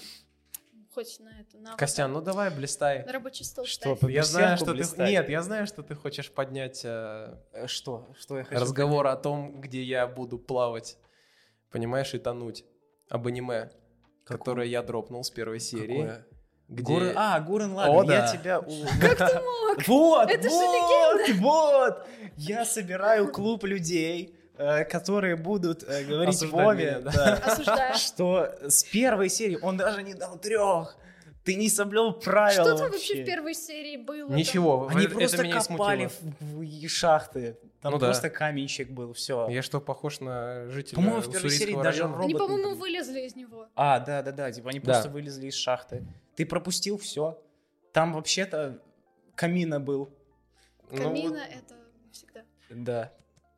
хоть на это, на, Костян, ну давай, блистай. на рабочий стол Что, ставь. по Я знаю, берсерку что ты... блистать? Нет, я знаю, что ты хочешь поднять э, Э, Что? Что я хочу? разговор о том, где я буду плавать, понимаешь, и тонуть. Об аниме, которое я дропнул с первой серии. Какое? Где... Гурен- А, Гурен О, Лаганн, да. я тебя... у- Как ты мог? Вот, Это же вот, вот! Я собираю клуб людей, э, которые будут э, говорить Осуждать Вове, меня, да. да, Осуждаю. что с первой серии он даже не дал трех. Ты не соблюл правила Что там вообще. вообще в первой серии было? Ничего, Они это просто меня и копали смутило. в, в шахты. Там Ну да. просто каменщик был, все. Я что, похож на жителя По-моему, в первой серии Уссурийского даже района? робот- Они, робот по-моему, не- вылезли из него. А, да, да, да, типа они Да. просто вылезли из шахты. Ты пропустил все. Там вообще-то камина был. Ну, Камина вот это всегда. Да.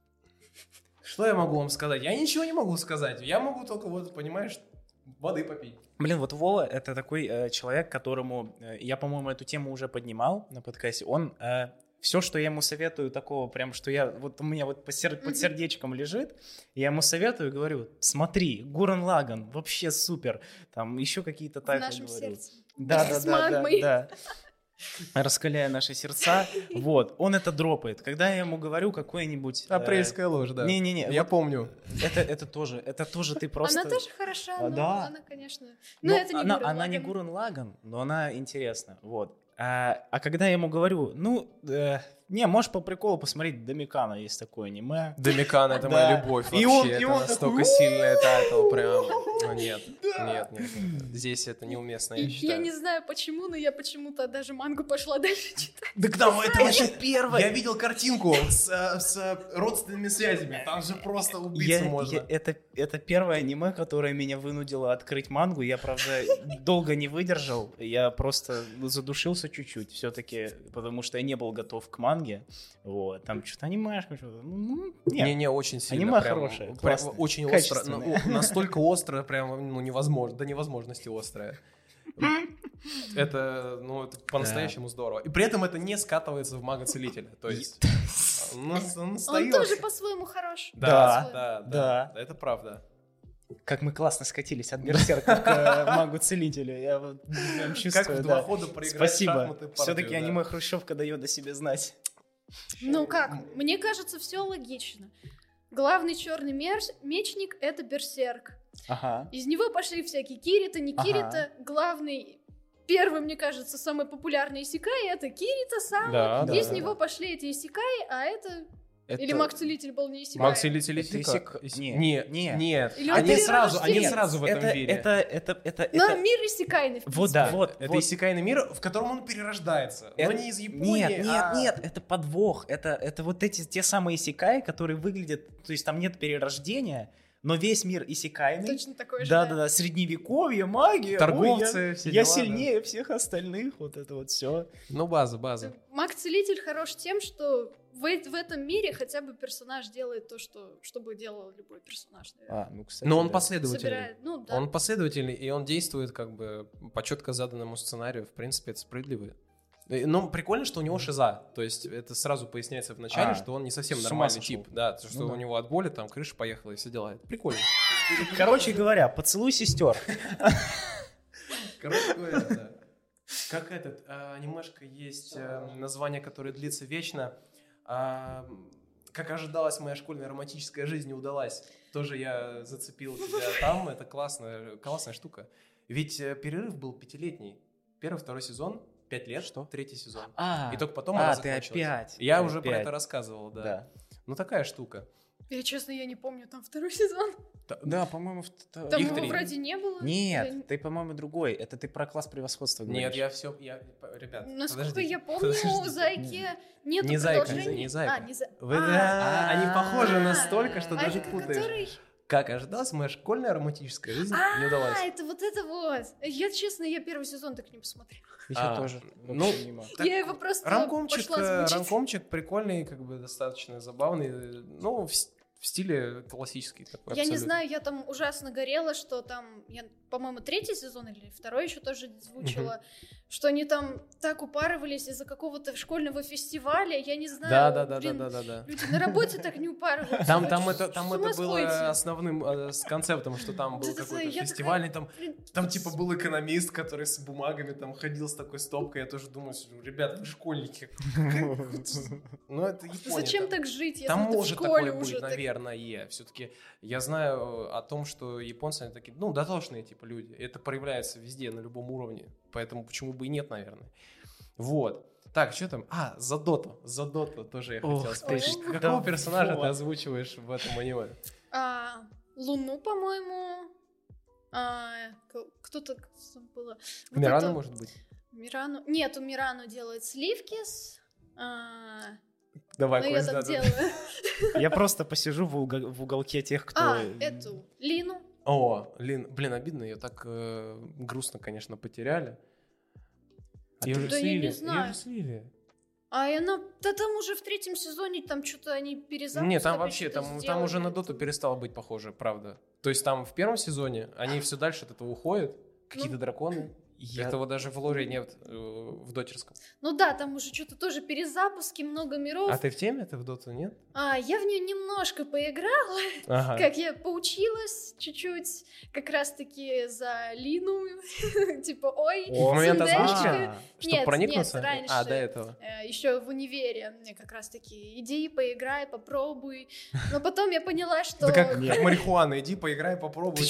что я могу вам сказать? Я ничего не могу сказать. Я могу только, вот, понимаешь, воды попить. Блин, вот Вова — это такой э, человек, которому... э, я, по-моему, эту тему уже поднимал на подкасте. Он... все, что я ему советую такого, прям, что я... Вот у меня вот по сер- под сердечком лежит, я ему советую, говорю, смотри, Гурен Лаганн, вообще супер. Там еще какие-то В тайтлы нашем говорю. сердце. Да, да, С да, да, магмой. да. Раскаляя наши сердца. Вот, он это дропает. Когда я ему говорю какой-нибудь... э, Апрельская ложь, да. Не-не-не, Я вот помню. Это, это тоже, это тоже ты просто... Она тоже хороша, А, но да. она, конечно... Но Но это не она, Гуррен она не Лаганн. Гурен Лаганн, но она интересна. Вот. А, а когда я ему говорю, ну, э, не, можешь по приколу посмотреть Домикана, есть такое аниме. Домикан — это Да. моя любовь И вообще. он- и это он настолько такой, сильный тайтл, прям. Ну, Нет, нет, нет, нет. Здесь это неуместно, я Я считаю. не знаю почему, но я почему-то даже мангу пошла дальше читать. Так там это же первое. Я видел картинку с, э, с родственными связями. Там же просто убиться Я- можно. я- это, это первое аниме, которое меня вынудило открыть мангу. Я, правда, долго не выдержал. Я просто задушился чуть-чуть все-таки, потому что я не был готов к манге. Вот. Там что-то анимешка, что-то. Ну, нет. Не-не, очень сильно. Аниме прям, хорошее, прям классное, очень остро. качественное. ну, настолько остро, прям ну, невозможно. До невозможности острое. Это, ну, это по-настоящему здорово. И при этом это не скатывается в мага-целителя. То есть он, он Он остаётся. тоже по-своему хорош. Да, По-своему. Да, Да. да, это правда. Как мы классно скатились от Берсерка к э, магу-целителю. Я вот прям чувствую, Как в да. два хода проиграть Спасибо. шахматы партию, Все-таки да. аниме Хрущевка дает о себе знать. Ну как, мне кажется, все логично. Главный черный мечник — это Берсерк. Ага. Из него пошли всякие Кирита, не Кирита. Ага. Главный, первый, мне кажется, самый популярный исекай — это Кирита-сан. Да, Из да, него да. пошли эти исекай, а это... Это... Или Маг-целитель был не исекай. Маг-целитель Это исек... исек- Не, нет, нет, нет. нет. Или Они он сразу, они перерожденец. сразу в этом это, мире. это, это, это, Но это... мир исекайный, в Вот, принципе. да, вот, Это вот. исекайный мир, в котором он перерождается. Это- Но не из Японии, Нет, нет, а- нет, это подвох. Это, это вот эти те самые исекаи, которые выглядят, то есть там нет перерождения, но весь мир исекайный. Точно такой же. Да-да-да, средневековье, магия. Торговцы, ой, я, все я дела, сильнее всех остальных, вот это вот все. Ну, база, база. Маг-целитель хорош тем, что в, э- в этом мире хотя бы персонаж делает то, что, что бы делал любой персонаж, наверное. А, ну, кстати, Но он да. последовательный. Собирает, ну да. Он последовательный, и он действует как бы по четко заданному сценарию. В принципе, это справедливо. И- Но прикольно, что у него шиза. То есть это сразу поясняется в начале, А, что он не совсем с ума нормальный сошел. тип. Да, то, что Ну да. у него от боли там крыша поехала и все дела. Это прикольно. Короче говоря, поцелуй сестер. Короче говоря, да. Как этот, а, анимешка есть, а, название, которое длится вечно. А, как ожидалось, моя школьная романтическая жизнь не удалась. Тоже я зацепил тебя там. Это классная, классная штука. Ведь э, перерыв был пятилетний. Первый, второй сезон, пять лет, Что? третий сезон. А, И только потом а, она ты закончилась. опять. Я ты уже про опять. это рассказывал, да. Да. Ну такая штука. Я, честно, я не помню там второй сезон. Та- Да, по-моему, в- т- Там Их его три. вроде не было. Нет, Я не- ты, по-моему, другой. Это ты про класс превосходства говоришь. Нет, я все, я, ребят, Насколько подождите, я помню, у подождите. Зайки нету Не Зайка, продолжения. не Зайка. А, не За- Вы- А, да, они А. похожи настолько, что а даже это путаешь. который... Как ожидалось, моя школьная романтическая жизнь не удалась. А, это вот это вот. Я, честно, я первый сезон так не посмотрела. Я А, тоже. ну, вообще не могу. Так, Я его просто Рамкомчик, пошла э, озвучить. рамкомчик прикольный, как бы достаточно забавный. Ну, в, с- в стиле классический такой. Я не абсолютно. знаю, я там ужасно горела, что там, я, по-моему, третий сезон или второй еще тоже звучила, что они там так упарывались из-за какого-то школьного фестиваля, я не знаю. Да, да, да, да, блин, да, да, да. Люди на работе так не упарываются. Там, Вы там чё, это, с там ума это было сходите? основным э, с концептом, что там был Да-да-да, какой-то я такая, фестивальный, там, блин, там типа был экономист, который с бумагами там ходил с такой стопкой. Я тоже думаю, ребят, вы школьники. Ну это Япония. Зачем там- так жить, если Там ты в может школе такое уже быть, так- наверное. Все-таки я знаю о том, что японцы они такие, ну, дотошные типа люди. Это проявляется везде, на любом уровне. Поэтому почему бы и нет, наверное. Вот. Так, что там? А, за доту. За доту тоже я Ох хотел ты спросить. ж, Какого да персонажа ты вот. озвучиваешь в этом аниме? А, Луну, по-моему. А, к- кто-то там было. Вот Мирану, это- может быть? Мирану. Нет, у Мирану делает Сливкис. А, Давай, но я Кость, там да, да. делаю. Я просто посижу в, уго- в уголке тех, кто... А, эту Лину. О, Лин, блин, обидно, ее так э, грустно, конечно, потеряли. А Её ты- же Да я слили, не её знаю. же слили. А она, да там уже в третьем сезоне там что-то они перезапуск. Нет, там опять вообще, что-то там, там сделали. уже на доту перестало быть похоже, правда. То есть там в первом сезоне они все дальше от этого уходят, какие-то Ну, драконы. Я- Этого даже в лоре нет э, в дотерском. Ну да, там уже что-то тоже перезапуски, много миров. А ты в теме? Ты в доту нет? А, я в нее немножко поиграла, Ага. как я поучилась чуть-чуть, как раз-таки за Лину, типа, ой, В момент сундечка. озвучки? А, Чтобы Нет, проникнуться? нет, раньше. А, до этого. Еще в универе мне как раз-таки иди, поиграй, попробуй. Но потом я поняла, что... Это как, Нет. как марихуана, иди поиграй, попробуй.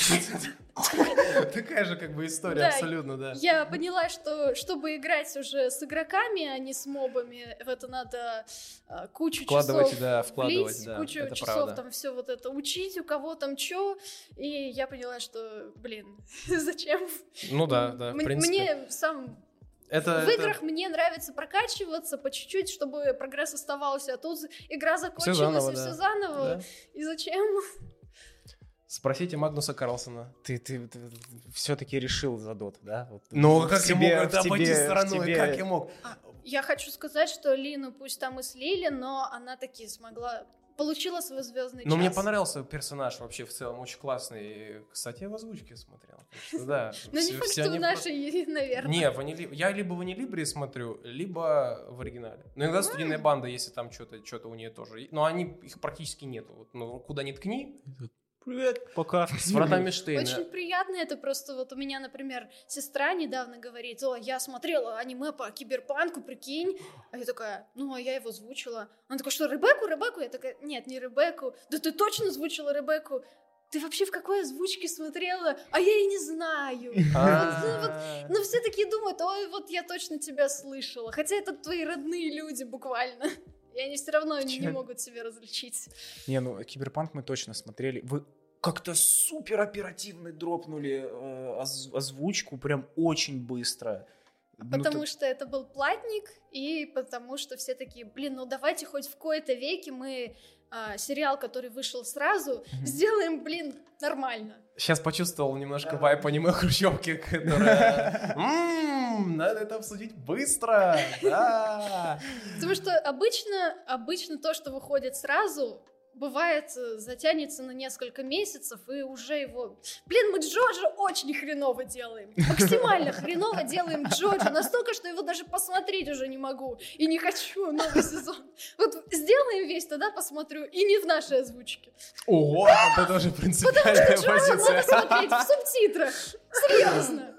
Такая же как бы история, Да, абсолютно, да. Я поняла, что чтобы играть уже с игроками, а не с мобами, в это надо а, кучу Вкладывать, часов да, вкладывать, влить, да, кучу это часов правда. там все вот это учить, у кого там что, и я поняла, что, блин, зачем? Ну да, да, в М- принципе. Мне сам Это, в это- играх мне нравится прокачиваться по чуть-чуть, чтобы прогресс оставался, а тут игра закончилась заново, и да. все заново, Да. и зачем? Спросите Магнуса Карлсона. Ты, ты, все-таки решил за доту, да? Вот Ну, в как я тебе- мог в это обойти тебе- в стороной? тебе- Как я мог? Я хочу сказать, что Лину пусть там и слили, но она таки смогла, получила свой звездный Но час. мне понравился персонаж вообще в целом, очень классный. И, кстати, я в озвучке смотрел. так что да. Но не Всё- факт, все что в они нашей, наверное. Не, в Анили- я либо в Анилибре смотрю, либо в оригинале. Но иногда студийная банда, если там что-то что-то у нее тоже. Но они, их практически нету. Вот, ну, куда ни ткни, Привет, пока. с вратами Штейна. Очень приятно это просто. Вот у меня, например, сестра недавно говорит: о, я смотрела аниме по киберпанку, прикинь. А я такая: ну, а я его озвучила. Она такая: что, Ребекку, Ребекку? Я такая: нет, не Ребекку. Да ты точно озвучила Ребекку? ты вообще в какой озвучке смотрела? А я и не знаю. Но все такие думают, ой, вот я точно тебя слышала. Хотя это твои родные люди буквально. И они все равно не могут себя различить. Не, ну, Киберпанк мы точно смотрели. Вы как-то супер оперативно дропнули озвучку, прям очень быстро. Потому ну, что это был платник, и потому что все такие, блин, ну давайте хоть в кои-то веке мы а, сериал, который вышел сразу, mm-hmm. сделаем, блин, нормально. Сейчас почувствовал немножко вайп аниме хрущевки, которая... Ммм, надо это обсудить быстро, да. Потому что обычно, обычно то, что выходит сразу... бывает, затянется на несколько месяцев, и уже его... Блин, мы Джоджо очень хреново делаем. Максимально хреново делаем Джоджо. Настолько, что его даже посмотреть уже не могу. И не хочу новый сезон. Вот сделаем весь, тогда посмотрю. И не в нашей озвучке. Ого, это тоже принципиальная позиция. Потому что Джоджо надо смотреть в субтитрах. Серьезно.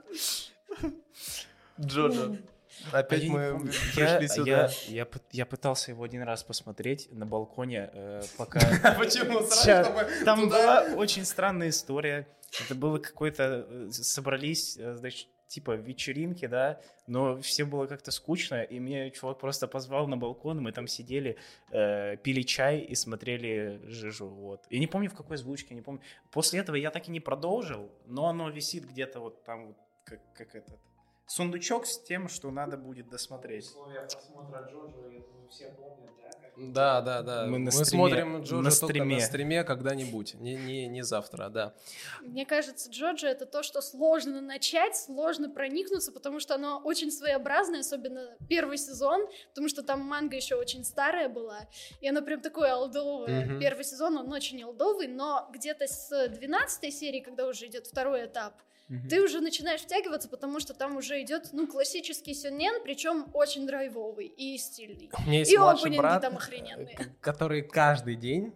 Джоджо. Опять а мы пришли я, сюда. Я, я, я пытался его один раз посмотреть на балконе, э, пока... Почему? Сразу, чтобы Там туда... была очень странная история. Это было какое-то... Собрались, значит, типа вечеринки, да, но всем было как-то скучно, и меня чувак просто позвал на балкон, и мы там сидели, э, пили чай и смотрели жижу, вот. Я не помню, в какой озвучке, не помню. После этого я так и не продолжил, но оно висит где-то вот там, вот, как, как этот... сундучок с тем, что надо будет досмотреть. Условия просмотра Джоджо, я думаю, все помнят, да? Как... Да, да, да. Мы, Мы на стриме, смотрим Джоджо на только стриме. на стриме когда-нибудь, не, не, не завтра, да. Мне кажется, Джоджо — это то, что сложно начать, сложно проникнуться, потому что оно очень своеобразное, особенно первый сезон, потому что там манга еще очень старая была, и оно прям такое олдовое. Mm-hmm. Первый сезон, он очень олдовый, но где-то с двенадцатой серии, когда уже идет второй этап, Mm-hmm. ты уже начинаешь втягиваться, потому что там уже идет, ну, классический сёнэн, причем очень драйвовый и стильный. У меня есть и младший опенинги брат, там охрененные. который каждый день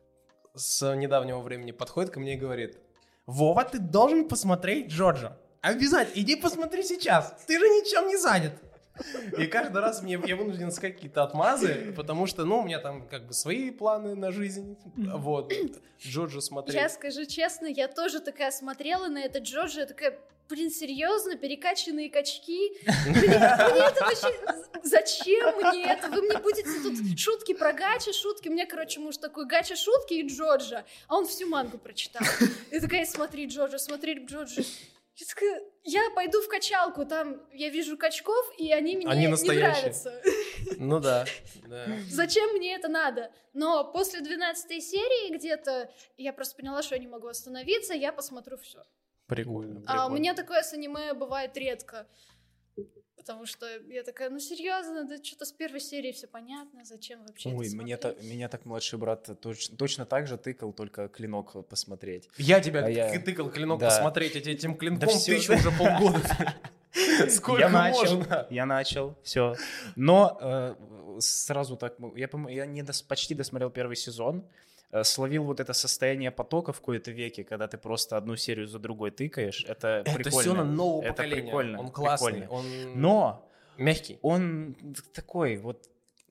с недавнего времени подходит ко мне и говорит: Вова, ты должен посмотреть Джоджо. Обязательно, иди посмотри сейчас, ты же ничем не занят. И каждый раз мне, я вынужден искать какие-то отмазы, потому что, ну, у меня там как бы свои планы на жизнь, вот, Джоджо смотреть. Я скажу честно, я тоже такая смотрела на это Джоджо, я такая, блин, серьезно, перекачанные качки? Мне, мне это вообще... Зачем мне это? Вы мне будете тут шутки про гача, шутки. У меня, короче, муж такой, гача, шутки и Джоджо, а он всю мангу прочитал. Я такая, смотри Джоджо, смотри Джоджо. Я такая, я пойду в качалку, там я вижу качков, и они мне они не настоящие. нравятся. Ну да, да. Зачем мне это надо? Но после двенадцатой серии где-то я просто поняла, что я не могу остановиться, я посмотрю все. Прикольно, прикольно. А у меня такое с аниме бывает редко. Потому что я такая, ну серьезно, да что-то с первой серии все понятно, зачем вообще Ой, это мне смотреть? та, меня так младший брат точ, точно так же тыкал, только клинок посмотреть. Я тебя а я... тыкал клинок да. посмотреть, эти, этим клинком да все, тысячу да. уже полгода. Сколько я начал, можно? Я начал, все. Но э, сразу так, я, я не дос, почти досмотрел первый сезон, э, словил вот это состояние потока в кои-то веке, когда ты просто одну серию за другой тыкаешь. Это, это прикольно. все на нового это поколения. Прикольно, Он классный. прикольно. Он... Но мягкий. Он такой вот...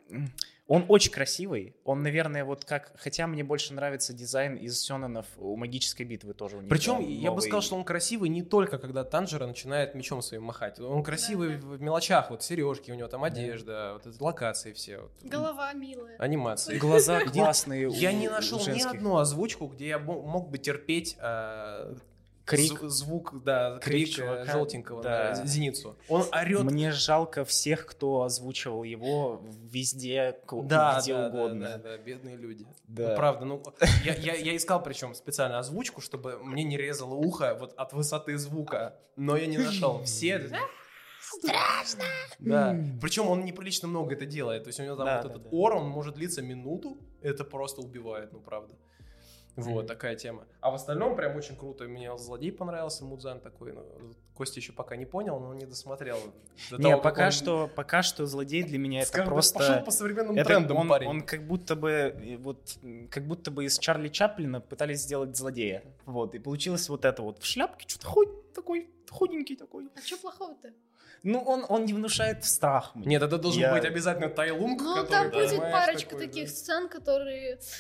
Он очень красивый. Он, наверное, вот как... Хотя мне больше нравится дизайн из сёнэнов у «Магической битвы» тоже у них. Причем новый... я бы сказал, что он красивый не только, когда Танжера начинает мечом своим махать. Он красивый в мелочах. Вот сережки у него, там одежда, вот эти локации все. Вот. Голова милая. Анимации. Глаза классные. Я не нашел женских. ни одну озвучку, где я мог бы терпеть... А... Крик. З- звук, да, крик, крик чувака, желтенького да. на зеницу. Он орет. Мне жалко всех, кто озвучивал его везде, да, где да, угодно. Да, да, да, бедные люди. Да. Ну, правда, ну, я, я, я искал причем специально озвучку, чтобы мне не резало ухо вот от высоты звука, но я не нашел. Все... Страшно! Да. Причем он неприлично много это делает. То есть у него там да, вот да, этот да. ор, он может длиться минуту. Это просто убивает, ну правда. Вот, mm-hmm. такая тема. А в остальном прям очень круто. Мне злодей понравился, Мудзан такой. Ну, Костя еще пока не понял, но не досмотрел. До не, того, пока, он... что, пока что злодей для меня Скажем, это просто... пошел по современным это трендам, он, парень. Он как будто бы вот, как будто бы из Чарли Чаплина пытались сделать злодея. Вот, и получилось вот это вот. В шляпке что-то худ такой, худенький такой. А что плохого-то? Ну, он, он не внушает страх мне. Нет, это должен Я... быть обязательно Тайлунг, Ну, который, там будет понимаешь, парочка такой, таких да. сцен, которые... Ух,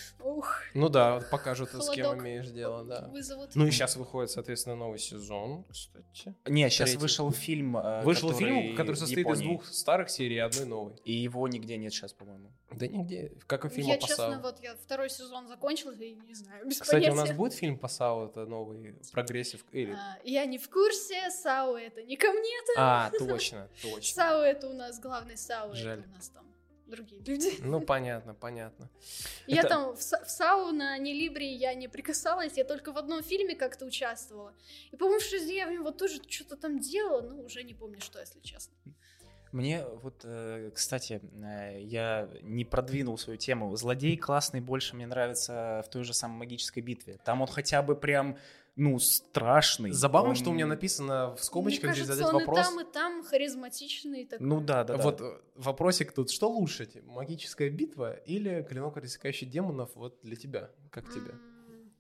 Ух, Ну да, вот покажут, с кем холодок имеешь дело, да. вызовут. Ну и сейчас выходит, соответственно, новый сезон, кстати. Не, сейчас Третий. вышел фильм, э, Вышел который фильм, который в состоит из Японии. двух старых серий и одной новой. И его нигде нет сейчас, по-моему. Да нигде. Как и фильм Я, по честно, САУ. вот я второй сезон закончила и не знаю, без Кстати, понятия. у нас будет фильм по САУ, это новый прогрессив. Или... А, я не в курсе, САУ это не ко мне. А, точно, точно. САУ это у нас главный САУ, Жаль. это у нас там другие люди. Ну, понятно, понятно. Я Это- там в, Са- в САУ на Нелибре я не прикасалась, я только в одном фильме как-то участвовала. И, по-моему, в шесть я в него тоже что-то там делала, ну, уже не помню, что, если честно. Мне вот, э, кстати, э, я не продвинул свою тему. Злодей классный больше мне нравится в той же самой магической битве. Там он хотя бы прям, ну, страшный. Забавно, Он- что у меня написано в скобочках, Мне здесь кажется, задать он вопрос. и там, и там харизматичный такой. Ну да, да, да. Вот э, вопросик тут, что лучше, те- магическая битва или клинок, рассекающий демонов, вот для тебя, как тебе? М,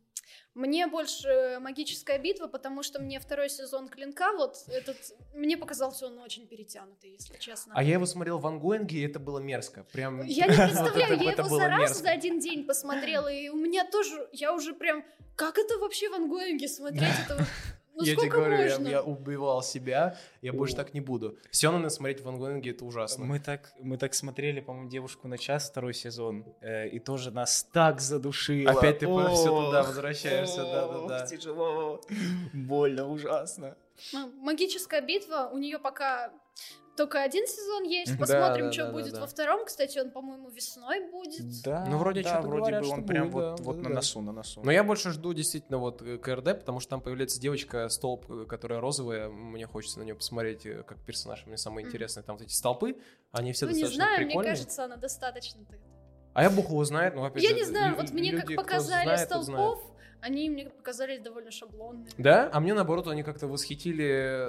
Мне больше магическая битва, потому что мне второй сезон Клинка, вот этот, мне показался он очень перетянутый, если честно. А я его смотрел в ангоинге, и это было мерзко. Прям... Я не представляю, Вот это- я это его было за раз мерзко. за один день посмотрела, и у меня тоже, я уже прям, как это вообще в ангоинге смотреть? Это, ну я тебе сколько говорю, я, можно? я убивал себя, я больше О. так не буду. Сёнэны смотреть в ангоинге это ужасно. Мы так, мы так смотрели, по-моему, «Девушку на час» второй сезон, э, и тоже нас так задушило. Опять ты Ох, всё туда возвращаешься, ох, да-да-да. Тяжело, больно, ужасно. М- Магическая битва, у нее пока только один сезон есть, Да, посмотрим, да, что да, будет да, во да. втором, кстати, он, по-моему, весной будет. Да, Ну, вроде да, что-то вроде говорят, бы что он прям будет, вот, да, вот да, на да. носу, на носу. Но я больше жду действительно вот э, КРД, потому что там появляется девочка, столб, э, которая розовая, мне хочется на нее посмотреть э, как персонаж, мне самое Мгм. интересное, там вот эти столпы, они все Ну, не достаточно знаю, мне прикольные. кажется, она достаточно... так- А я бог его знает, ну опять Я же, не знаю, лю- вот мне люди, как кто показали знает, тот знает. столпов, они мне показались довольно шаблонные. Да? А мне наоборот, они как-то восхитили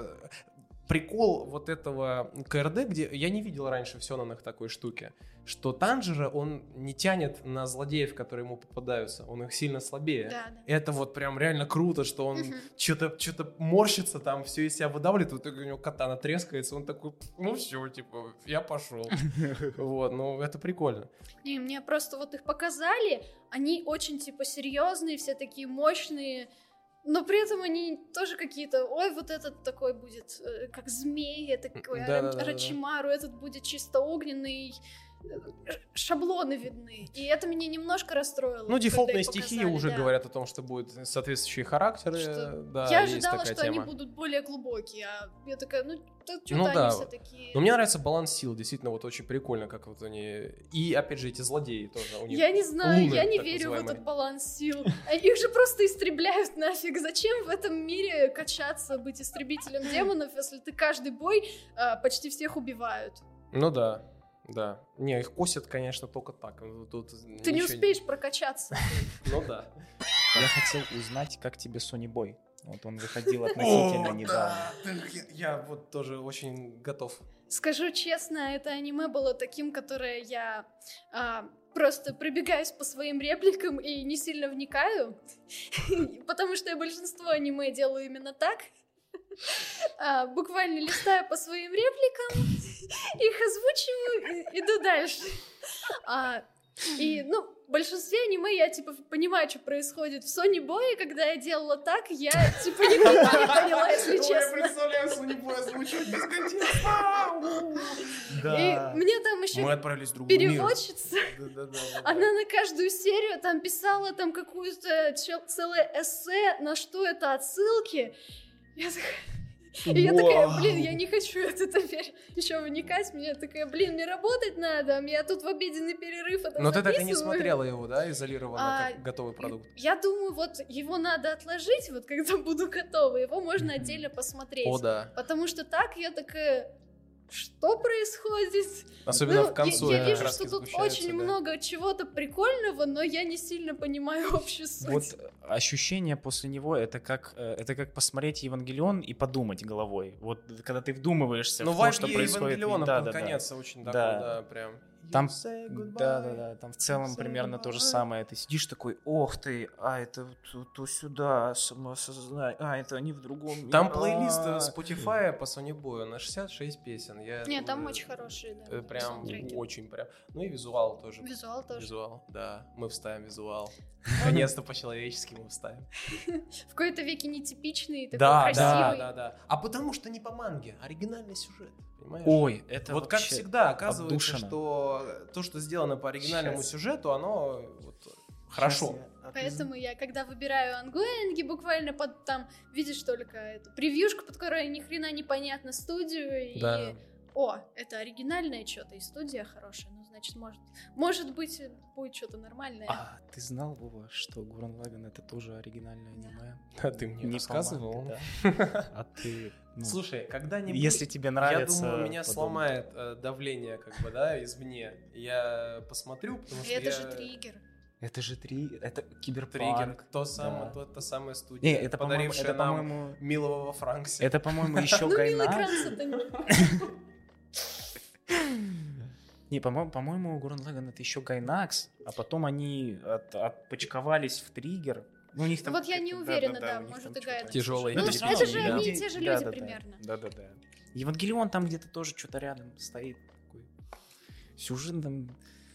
прикол вот этого КРД, где я не видел раньше в Сёнэнах такой штуки, что Танжера он не тянет на злодеев, которые ему попадаются, он их сильно слабее. Да, да. Это вот прям реально круто, что он Мгм. что-то что-то морщится там, все из себя выдавливает, вот у него катана трескается, он такой, ну все, типа, я пошел. Вот, ну это прикольно. Не, мне просто вот их показали, они очень, типа, серьезные, все такие мощные, но при этом они тоже какие-то, ой, вот этот такой будет, э, как змей, это такой Да, да, да, да. Рачимару, этот будет чисто огненный, э, шаблоны видны, и это меня немножко расстроило. Ну, когда дефолтные их стихии показали, уже да. говорят о том, что будут соответствующие характеры. Что Да, Я есть ожидала, такая что тема. они будут более глубокие, а я такая, ну, что-то Ну они да. все такие... Но мне нравится баланс сил, действительно, вот очень прикольно, как вот они... И, опять же, эти злодеи тоже. У них Я не знаю, луны, я не так верю в называемые. этот баланс сил. А их же просто истребляют нафиг. Зачем в этом мире качаться, быть истребителем демонов, если ты каждый бой а, почти всех убивают? Ну да, да. Не, их косят, конечно, только так. Тут Ты не ничего- успеешь прокачаться. Ну да. Я хотел узнать, как тебе Сони Бой. Вот он выходил относительно О, недавно. да. Я, я вот тоже очень готов. Скажу честно, это аниме было таким, которое я а, просто пробегаюсь по своим репликам и не сильно вникаю, потому что я большинство аниме делаю именно так. А, буквально листаю по своим репликам, их озвучиваю и иду дальше. А, и, ну, в большинстве аниме я, типа, понимаю, что происходит. В Сони Бое, когда я делала так, я, типа, никогда не поняла, если честно. представляю, Сони Бой озвучивать без контекста. И мне там еще Мы отправились в другой мир. переводчица, Да-да-да. она на каждую серию там писала там какую-то чел- целое эссе, на что это отсылки. Я такая... И я такая, блин, я не хочу это теперь еще вникать. Мне такая, блин, мне работать надо. Я тут в обеденный перерыв это Но ты так и не записываю. смотрела его, да, изолированно, А, как готовый продукт? Я думаю, вот его надо отложить, вот когда буду готова. Его можно Мгм. отдельно посмотреть. О, да. Потому что так я такая... Что происходит? Особенно Ну, в концу. я, я вижу, краски что тут сгущаются, очень да. много чего-то прикольного, но я не сильно понимаю общую суть. Вот ощущение после него это как э, это как посмотреть Евангелион и подумать головой. Вот когда ты вдумываешься Ну, в то, вайб что Е- происходит. Евангелиона Да, под да, да. конец очень такой, Да. да, прям. Там, You say goodbye. да-да-да, там в целом Say примерно то же goodbye. самое. Ты сидишь такой, ох ты, а это то, то сюда, самосознание, а это они в другом мире. Там плейлист А. э, Spotify по Sony Boy на шестьдесят шесть песен. Я, Не, там э, очень хорошие, да, э, Прям саундтреки. очень прям. Ну и визуал тоже. Визуал тоже. Визуал, да. Мы вставим визуал. Наконец-то по-человечески мы вставим. В какой-то веке нетипичный, такой Да, да, красивый. да, да. А потому что не по манге, оригинальный сюжет. Понимаешь? Ой, это вот как вообще всегда, оказывается, отдушина. что то, что сделано по оригинальному Щас. сюжету, оно вот хорошо. Щас я- а ты Поэтому я, когда выбираю ангоинги, буквально под там видишь только эту превьюшку, под которой ни хрена непонятно студию, и Да. о, это оригинальное что-то, и студия хорошая, ну, значит, может, может быть, будет что-то нормальное. А, ты знал, Вова, что Гуррен Лаганн это тоже оригинальное аниме? А ты мне Не по рассказывал? манге, да. А ты... ну, Слушай, когда-нибудь... если тебе нравится... Я думаю, меня подобное. сломает э, давление, как бы, да, извне. Я посмотрю, потому И что это я... же триггер. Это же три... Это киберпанк. Триггер, то самое, Да. то, та самая студия, Не, это, по-моему, подарившая это, нам по-моему... милого во Франксе. Это, по-моему, еще Ну, милый Гайнакс. Кранц это не... Не, по-моему, по-моему, Гуррен Лаганн это еще Гайнакс, а потом они от- отпочковались в Триггер. Ну, у них там Вот я не какие-то- уверена, да-да-да, да, у них может, там и что-то- Гайнакс. Тяжелая Ну, это идея. всё это равно же не одни и да. те же Да, люди да, да. примерно. Да-да-да. Евангелион там где-то тоже что-то рядом стоит. Такой. Сюжет там...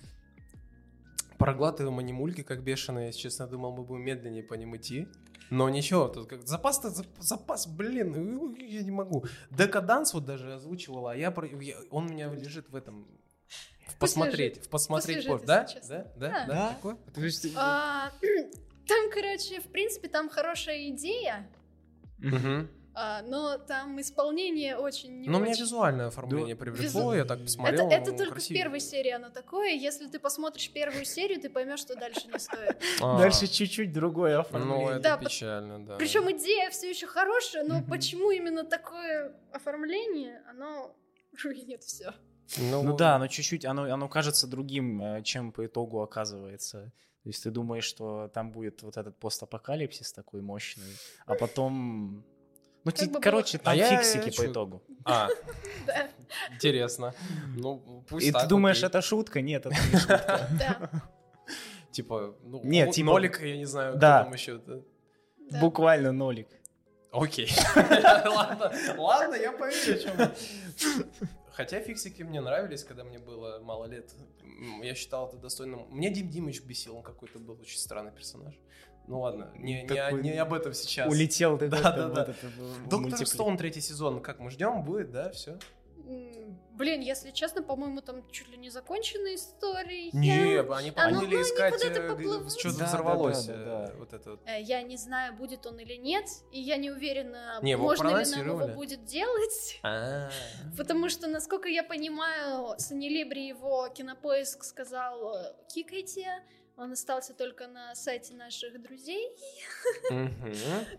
Проглатываем анимульки как бешеные. Если честно, думал, мы будем медленнее по ним идти. Но ничего, тут как запас-то зап- запас, блин, я не могу. Декаданс вот даже озвучивала, а я, про- я- он у меня лежит в этом. В посмотреть, в посмотреть После позже. Да? жить, если Да? честно. Да? Да. Да? Такое? То есть... А, Там, короче, в принципе, там хорошая идея, Мгм. а, но там исполнение очень не Но меня очень. визуальное оформление Да. привлекло, Визу- я так Это, посмотрел. это ну, только красиво. в первой серии оно такое. Если ты посмотришь первую серию, ты поймешь, что дальше не стоит. А, Дальше чуть-чуть другое Ну, оформление. это Да, по- печально, да. Причем идея все еще хорошая, но Мгм. почему именно такое оформление, оно руинит все. Ну да, оно чуть-чуть, оно, оно кажется другим, э, чем по итогу оказывается. То есть ты думаешь, что там будет вот этот постапокалипсис такой мощный, а потом... Ну, Как ти- бы было- короче, там А я- фиксики я по чё- итогу. А, Да, интересно. Ну, пусть И так, ты думаешь, окей. это шутка? Нет, это не шутка. да, Типа, ну, Нет, Мо- типа- Нолик, я не знаю, кто Да. там еще. да. да. Буквально нолик. Окей. Ладно, ладно, я поверю, о чем вы. Хотя фиксики мне нравились, когда мне было мало лет. М, Я считал это достойным. Мне Дим Димыч бесил, он какой-то был очень странный персонаж. Ну ладно, не, не, Такой не об этом сейчас. Улетел ты Да, в это- да, в да. этот, в Доктор мультипле- Стоун третий сезон, как мы ждем, будет, да, все? М, Блин, если честно, по-моему, там чуть ли не законченная история. Не, они А, ну, поняли ну, искать, они куда-то э, поплывут. что-то Да, да, взорвалось. да, да, э, да. Вот это вот. Э, Я не знаю, будет он или нет, и я не уверена, Не, его можно ли нам проанонсировали. его будет делать. А, Потому что, насколько я понимаю, Sony Libre его Кинопоиск сказал, э, кикайте, он остался только на сайте наших друзей. мгм.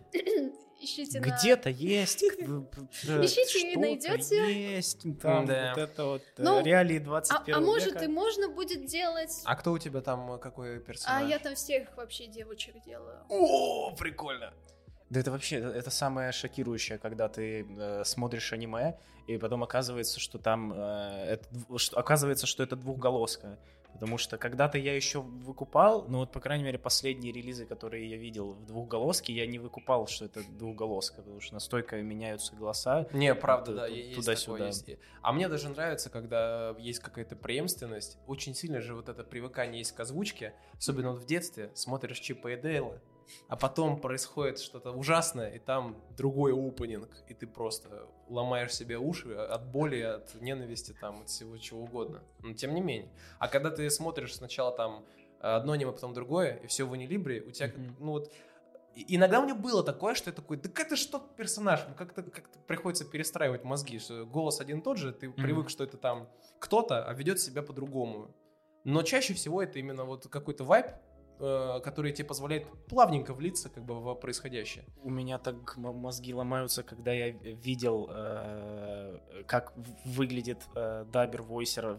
Ищите на... Где-то есть. в- в- Ищите и что-то найдете. Есть. Там Да. вот это вот э, Ну, реалии А, двадцать а первого может века. и можно будет делать... А кто у тебя там, э, какой А персонаж? я там всех вообще девочек делаю. О, прикольно. Да это вообще, это, это самое шокирующее, когда ты э, смотришь аниме, и потом оказывается, что там, э, это дв- что, оказывается, что это двухголоска. Потому что когда-то я еще выкупал, ну вот, по крайней мере, последние релизы, которые я видел в двухголоске, я не выкупал, что это двухголоска, потому что настолько меняются голоса. Не, правда, Ту- да, ту- есть туда-сюда. такое, есть. А мне даже нравится, когда есть какая-то преемственность. Очень сильно же вот это привыкание есть к озвучке. Особенно вот в детстве. Смотришь Чипа и Дейла, а потом происходит что-то ужасное, и там другой опенинг, и ты просто ломаешь себе уши от боли, от ненависти, там, от всего чего угодно. Но тем не менее. А когда ты смотришь сначала там одно аниме, потом другое, и все в Unilibре, у тебя, Мгм. ну вот, и- иногда у меня было такое, что я такой, да это ж тот персонаж, ну как-то как приходится перестраивать мозги, что голос один и тот же, ты привык, что это там кто-то, а ведет себя по-другому. Но чаще всего это именно вот какой-то вайб, э, который тебе позволяет плавненько влиться как бы в происходящее. У меня так м- мозги ломаются, когда я видел, э, как в- выглядит э, даббер-войсер,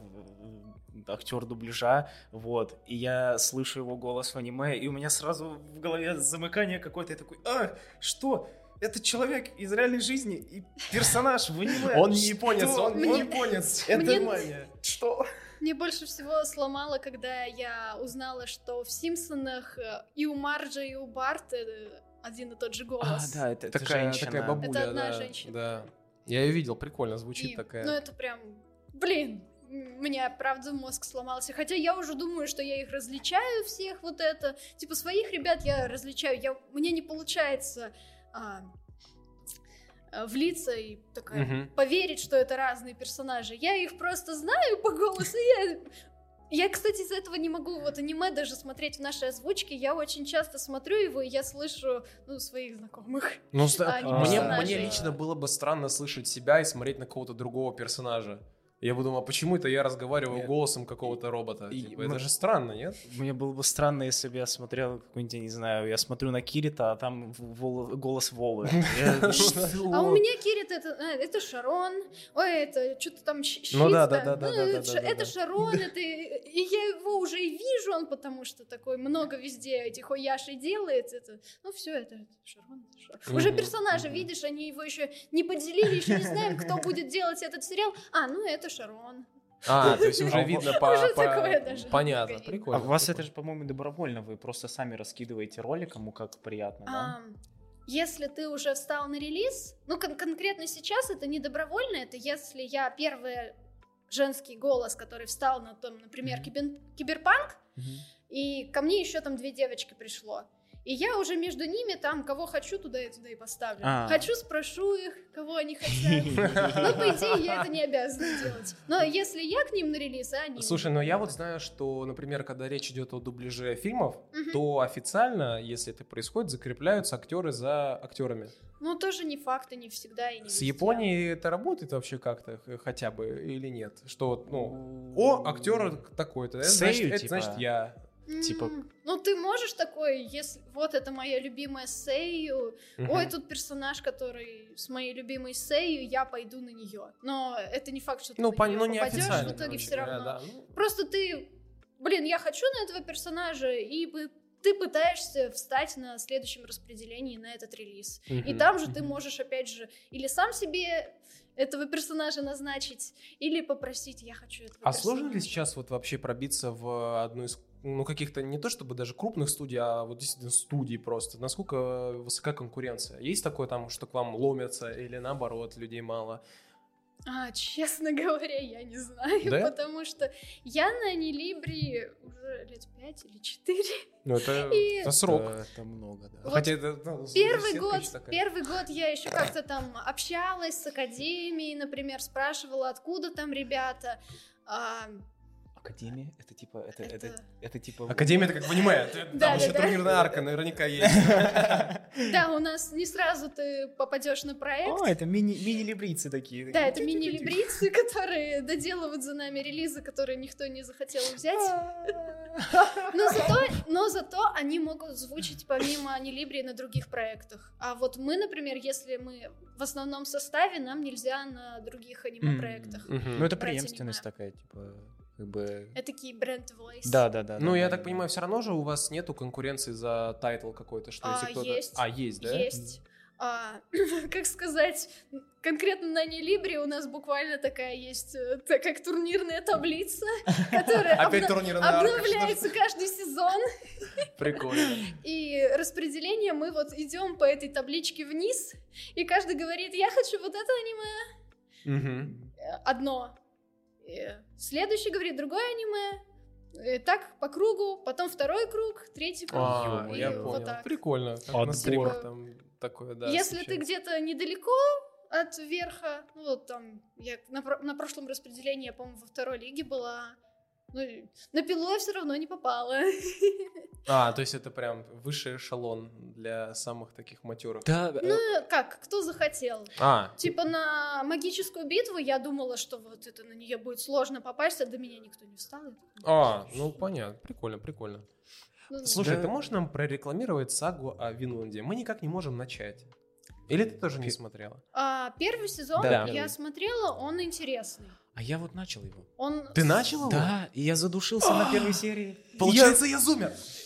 актер дубляжа, вот, и я слышу его голос в аниме, и у меня сразу в голове замыкание какое-то, я такой, а, что? Это человек из реальной жизни и персонаж в аниме. Он не Что? японец, он не Мне- японец. Мне- Внимание. Что? Мне больше всего сломало, когда я узнала, что в «Симпсонах» и у Марджа, и у Барта один и тот же голос. А, да, это, это Такая, женщина. такая бабуля, Это одна да, женщина. да. Я ее видел, прикольно звучит И, такая. ну, это прям, блин, м, меня, правда, мозг сломался. Хотя я уже думаю, что я их различаю всех, вот это. Типа, своих ребят я различаю. Я, мне не получается а, а, влиться и такая, Мгм. поверить, что это разные персонажи. Я их просто знаю по голосу. Я, я, кстати, из-за этого не могу вот аниме даже смотреть в нашей озвучке. Я очень часто смотрю его, и я слышу, ну, своих знакомых. Ну, ста- а, не мне, персонажей. мне лично было бы странно слышать себя и смотреть на какого-то другого персонажа. Я бы думал, а почему это я разговариваю Нет. голосом какого-то робота? И Типа, мы- это же странно, нет? Мне было бы странно, если бы я смотрел какой-нибудь, я не знаю, я смотрю на Кирита, а там в- вол- голос Вовы. Я- что? А у меня Кирит это, а, это Шарон, ой, это что-то там щ- щит, Ну да, да, там. да, да, Ну, да, это, да, Ша- да, это да. Шарон, это и я его уже и вижу, он потому что такой много везде этих ояшей делает, это, ну все, это, это Шарон, это Шарон. Уже Мгм, персонажа мгм. видишь, они его еще не поделили, еще не знаем, кто будет делать этот сериал. А, ну это Шарон. А, то есть А уже у видно вас- по... Уже по- такое даже Понятно, видно. прикольно. А у вас это прикольно. же, по-моему, добровольно, вы просто сами раскидываете роли, кому как приятно, да? Ам, Если ты уже встал на релиз, ну кон- конкретно сейчас это не добровольно, это если я первый женский голос, который встал на том, например, Мгм. кибер- киберпанк, Мгм. и ко мне еще там две девочки пришло. И я уже между ними там, кого хочу, туда и туда и поставлю. А. Хочу, спрошу их, кого они хотят. Но, по идее, я это не обязана делать. Но если я к ним на релиз, а они... Слушай, ну я вот знаю, что, например, когда речь идет о дубляже фильмов, Мгм. то официально, если это происходит, закрепляются актеры за актерами. Ну, тоже не факт, и не всегда, и не С везде. Японией это работает вообще как-то х- хотя бы или нет? Что, вот, ну, о, актер такой-то, это, Сэйю, значит, это типа. значит я. Типа- М, Ну, ты можешь такой, если... Вот это моя любимая Сэйю. Ой, тут персонаж, который с моей любимой Сэйю, я пойду на нее. Но это не факт, что ты Ну, на пон- неё ну не попадёшь, официально, в итоге короче все говоря, равно. да. Ну, Просто ты, блин, я хочу на этого персонажа, и бы- ты пытаешься встать на следующем распределении на этот релиз. И мгм. там же ты можешь, опять же, или сам себе этого персонажа назначить, или попросить, я хочу этого А персонажа. сложно ли сейчас вот вообще пробиться в одну из, ну, каких-то не то чтобы даже крупных студий, а вот действительно студий просто? Насколько высока конкуренция? Есть такое там, что к вам ломятся или наоборот, людей мало? А, честно говоря, я не знаю, Да? потому что я на Анилибри уже лет пять или четыре. Ну, это, И- это срок. Это, это много, да. Вот Хотя это, ну, Первый сетка год, ещё такая. первый год я еще как-то там общалась с академией, например, спрашивала, откуда там ребята. А, Академия, это типа, это, это, Это- это, типа... Академия, это как понимаю, там Да, еще да, да. турнирная арка наверняка есть. да, у нас не сразу ты попадешь на проект. О, это мини, мини-либрийцы такие. Да, это мини-либрийцы, которые доделывают за нами релизы, которые никто не захотел взять. Но зато, но зато они могут звучить помимо Анилибри на других проектах. А вот мы, например, если мы в основном составе, нам нельзя на других аниме-проектах. Мгм. Ну, это брать преемственность аниме. такая, типа, как бы... Это такие бренд voice. Да, да, да. Ну, да, я да, так да. понимаю, все равно же у вас нету конкуренции за тайтл какой-то, что А, если кто-то... есть. А, есть, да? Есть. А, как сказать, конкретно на Анилибре у нас буквально такая есть, э, та- как турнирная таблица, которая Опять обна- турнирная арка. обновляется каждый сезон. Прикольно. И распределение мы вот идем по этой табличке вниз, и каждый говорит, я хочу вот это аниме, Мгм. э, одно. И следующий говорит другое аниме. И так по кругу, потом второй круг, третий круг. А, и я вот понял. так. Прикольно. Как на Отбор. стримах там такое, да. Если ты случается. где-то недалеко от верха, ну вот там, я на, про- на прошлом распределении, я, по-моему, во второй лиге была, ну, и на пилу я все равно не попала. А, то есть это прям высший эшелон для самых таких матерых. Да, э, Ну, как, кто захотел. А, Типа на магическую битву я думала, что вот это на нее будет сложно попасть, а до меня никто не встал. Я такая, а, ну понятно. Прикольно, прикольно. ну, Слушай, Да. ты можешь нам прорекламировать сагу о Винланде? Мы никак не можем начать. Или ты тоже не смотрела? а, первый сезон Да, я первый. смотрела, он интересный. а я вот начал его. Он Ты с- начал его? Да, и я задушился на первой серии. Получается, я зумер.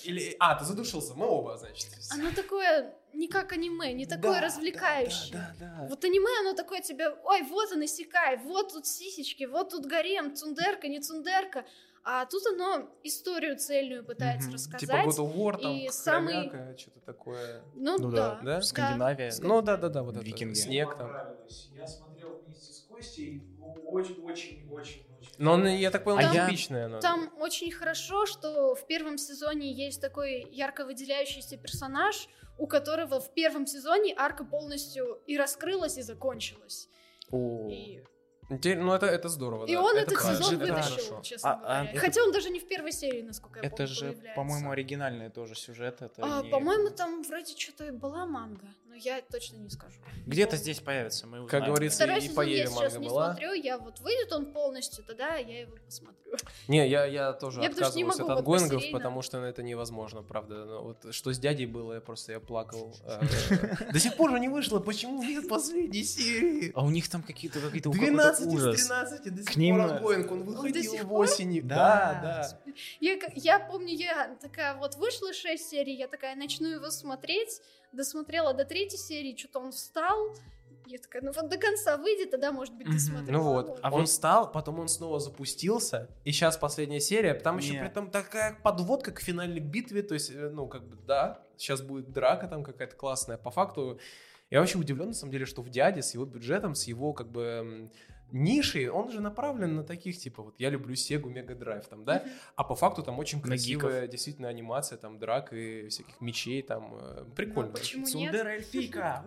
Или... А, ты задушился, мы оба, значит. Оно такое не как аниме, не такое Да, развлекающее. Да, да, да. Вот аниме, оно такое тебе, ой, вот он иссякай, вот тут сисечки, вот тут гарем, цундерка, не цундерка. А тут оно историю цельную пытается Мгм. рассказать. Типа God of War, там, и самый- кровяка, что-то такое. Ну, Ну да. да, Да? Скандинавия. Ну да-да-да, вот Викинги. это, снег Мне там. понравилось. Я смотрел вместе с Костей. Очень-очень-очень-очень. Но он, я так понял, А я- типичное оно. Там очень хорошо, что в первом сезоне есть такой ярко выделяющийся персонаж, у которого в первом сезоне арка полностью и раскрылась, и закончилась. О. И, Интерес- Ну это, это здорово, и да. он это этот правильно, сезон это вытащил, хорошо. честно А- а говоря. это- Хотя он даже не в первой серии, насколько я Это помню, же, появляется. по-моему, оригинальный тоже сюжет. Это А, не- по-моему, там вроде что-то была манга, но я точно не скажу. Где-то здесь появится, мы узнаем. Как говорится, Второй и сезон по я Еве сейчас манга не была. смотрю, я вот выйдет он полностью, тогда я его посмотрю. Не, я, я тоже Я потому что не отказывался могу от вот ангоингов, посерийно. потому что это невозможно, правда. Ну, вот что с дядей было, я просто я плакал. э, До сих пор же не вышло, почему нет последней серии? А у них там какие-то какие-то двенадцать какой-то из ужас. тринадцати до сих К ним, пор э, ангоинг, он до выходил сих в пор? осени. Да. Да, да. Я, к- я помню, я такая вот вышла шесть серий, я такая начну его смотреть, досмотрела до третьей серии, что-то он встал, я такая, ну вот до конца выйдет, тогда, может быть, Мгм. досмотрю. Ну вот, А он вот- встал, потом он снова запустился, и сейчас последняя серия, там еще Не. при этом такая подводка к финальной битве, то есть, э, ну, как бы, да, сейчас будет драка там какая-то классная, по факту, я вообще удивлен, на самом деле, что в «Дяде» с его бюджетом, с его, как бы, м, нишей, он же направлен на таких, типа, вот, я люблю Сегу, Мега Драйв, там, да, а по факту там очень На красивая, действительно, анимация, там, драк и всяких мечей, там, э, прикольно. Ну, почему нет? Цундера эльфийка!